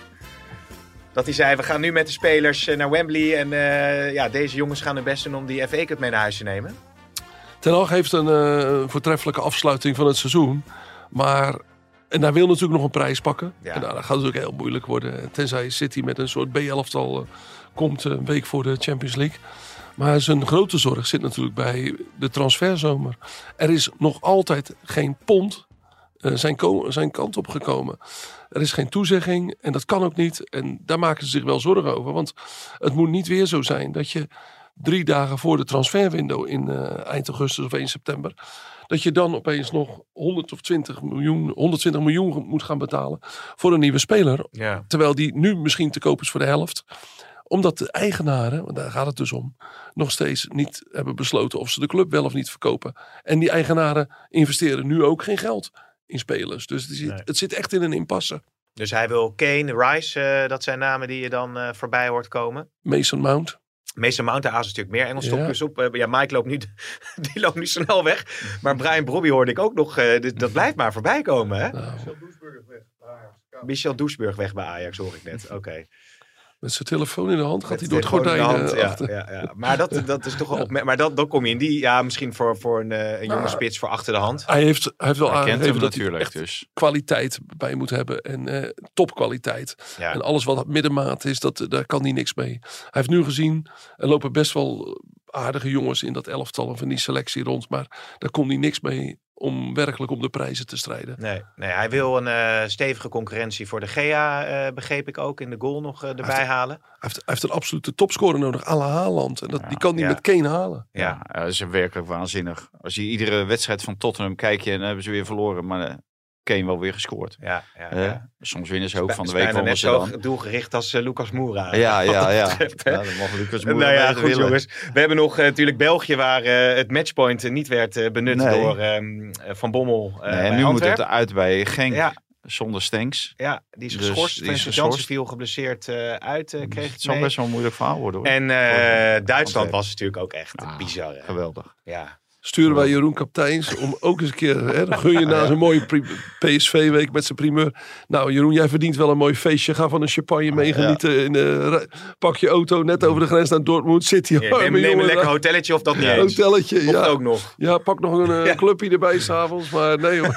Dat hij zei, we gaan nu met de spelers uh, naar Wembley. En uh, ja, deze jongens gaan hun best doen om die F A Cup mee naar huis te nemen. Ten Hag heeft een uh, voortreffelijke afsluiting van het seizoen. Maar, en hij wil natuurlijk nog een prijs pakken. Ja. En nou, dat gaat natuurlijk heel moeilijk worden. Tenzij City met een soort B-elftal uh, komt uh, een week voor de Champions League. Maar zijn grote zorg zit natuurlijk bij de transferzomer. Er is nog altijd geen pond uh, zijn, ko- zijn kant op gekomen. Er is geen toezegging en dat kan ook niet. En daar maken ze zich wel zorgen over. Want het moet niet weer zo zijn dat je drie dagen voor de transferwindow in uh, eind augustus of één september... dat je dan opeens nog honderdtwintig miljoen, honderdtwintig miljoen moet gaan betalen voor een nieuwe speler. Ja. Terwijl die nu misschien te koop is voor de helft. Omdat de eigenaren, want daar gaat het dus om, nog steeds niet hebben besloten of ze de club wel of niet verkopen. En die eigenaren investeren nu ook geen geld in spelers. Dus het zit, Nee. het zit echt in een impasse. Dus hij wil Kane, Rice, uh, dat zijn namen die je dan uh, voorbij hoort komen. Mason Mount. Mason Mount, daar is natuurlijk meer Engels Ja. topjes op. Uh, ja, Mike loopt nu, die loopt nu snel weg. Maar Brian Brobby hoorde ik ook nog. Uh, dit, dat blijft maar voorbij komen, hè? Nou, Michel Doesburg weg bij Ajax, hoor ik net. Oké. Okay. Met zijn telefoon in de hand gaat Met hij door het telefoon in de gordijn. hand, ja, ja, ja. Maar dat, dat is toch wel opmerkelijk. Maar dat, dan kom je in die, ja, misschien voor, voor een, uh, een jonge Nou, spits voor achter de hand. Hij heeft, hij heeft wel Hij kent hem aangegeven dat hij natuurlijk, echt dus. kwaliteit bij moet hebben. En eh, topkwaliteit. Ja. En alles wat middenmaat is, dat, daar kan hij niks mee. Hij heeft nu gezien, er lopen best wel aardige jongens in dat elftal of in die selectie rond. Maar daar kon hij niks mee om werkelijk om de prijzen te strijden. Nee, nee hij wil een uh, stevige concurrentie voor de G A, uh, begreep ik ook, in de goal nog uh, erbij hij heeft, halen. Hij heeft, hij heeft een absolute topscorer nodig, à la Haaland. En dat, Ja, die kan hij ja. met Kane halen. Ja. Ja, dat is werkelijk waanzinnig. Als je iedere wedstrijd van Tottenham kijkt en dan hebben ze weer verloren. Maar uh, Kane wel weer gescoord. Ja, ja, Uh, ja. soms winnen ze ook Is van de bijna week van net ze zo dan. doelgericht als uh, Lucas Moura. Ja, ja, ja. betreft, hè? ja dat mag Lucas Moura Nou ja, beter goed willen. jongens. We hebben nog uh, natuurlijk België waar uh, het matchpoint uh, niet werd uh, benut Nee. door um, Van Bommel uh, Nee, en bij nu moet Antwerp. het uit bij Genk. Ja. Zonder Stenks. Ja, die is Dus geschorst. die is Vincent geschorst. Janssen viel geblesseerd uh, uit, uh, kreeg Het ik zal mee. best wel een moeilijk verhaal worden hoor. En uh, Voor- Duitsland Antwerp. was natuurlijk ook echt Ah, bizar. Hè? Geweldig. Ja. Sturen wij Jeroen Kapteins om ook eens een keer... Hè, dan gun je na zo'n mooie pri- P S V-week met zijn primeur. Nou Jeroen, jij verdient wel een mooi feestje. Ga van een champagne meegenieten. In, uh, pak je auto net over de grens naar Dortmund City. Ja, neem, neem een lekker hotelletje of dat niet eens. hotelletje. Of Ja. ook nog. Ja, pak nog een uh, Ja. clubje erbij s'avonds. Maar nee hoor.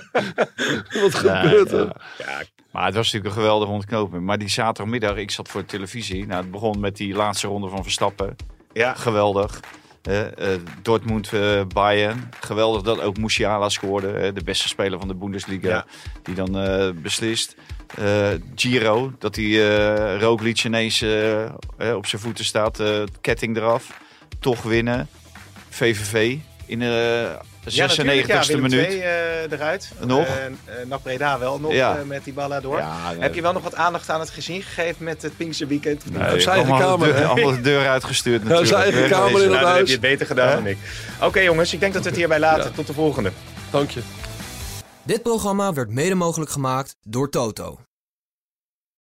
Wat Ja, gebeurt er? ja. Ja, Maar het was natuurlijk een geweldige ontknoping. Maar die zaterdagmiddag, ik zat voor de televisie. Nou, het begon met die laatste ronde van Verstappen. ja. Geweldig. Uh, uh, Dortmund, uh, Bayern. Geweldig dat ook Musiala scoorde. Uh, de beste speler van de Bundesliga. Ja. Die dan uh, beslist. Uh, Giro, dat die uh, Roglic ineens uh, uh, op zijn voeten staat. Uh, ketting eraf. Toch winnen. V V V in de zesennegentigste ja, minuut. twee uh, eruit. Nog? Uh, uh, Nak Breda wel nog Ja. uh, met die ballen door. Ja, nee. Heb je wel nog wat aandacht aan het gezien gegeven met het Pinkse weekend? Nee, Uit zijn eigen allemaal kamer, de deur- hè? allemaal de deur uitgestuurd natuurlijk. zijn eigen kamer Wegwezen. in Nou, dan heb huis. je het beter gedaan Hè? dan ik. Oké okay, jongens, ik denk dat we het hierbij laten. Ja. Tot de volgende. Dank je. Dit programma werd mede mogelijk gemaakt door Toto.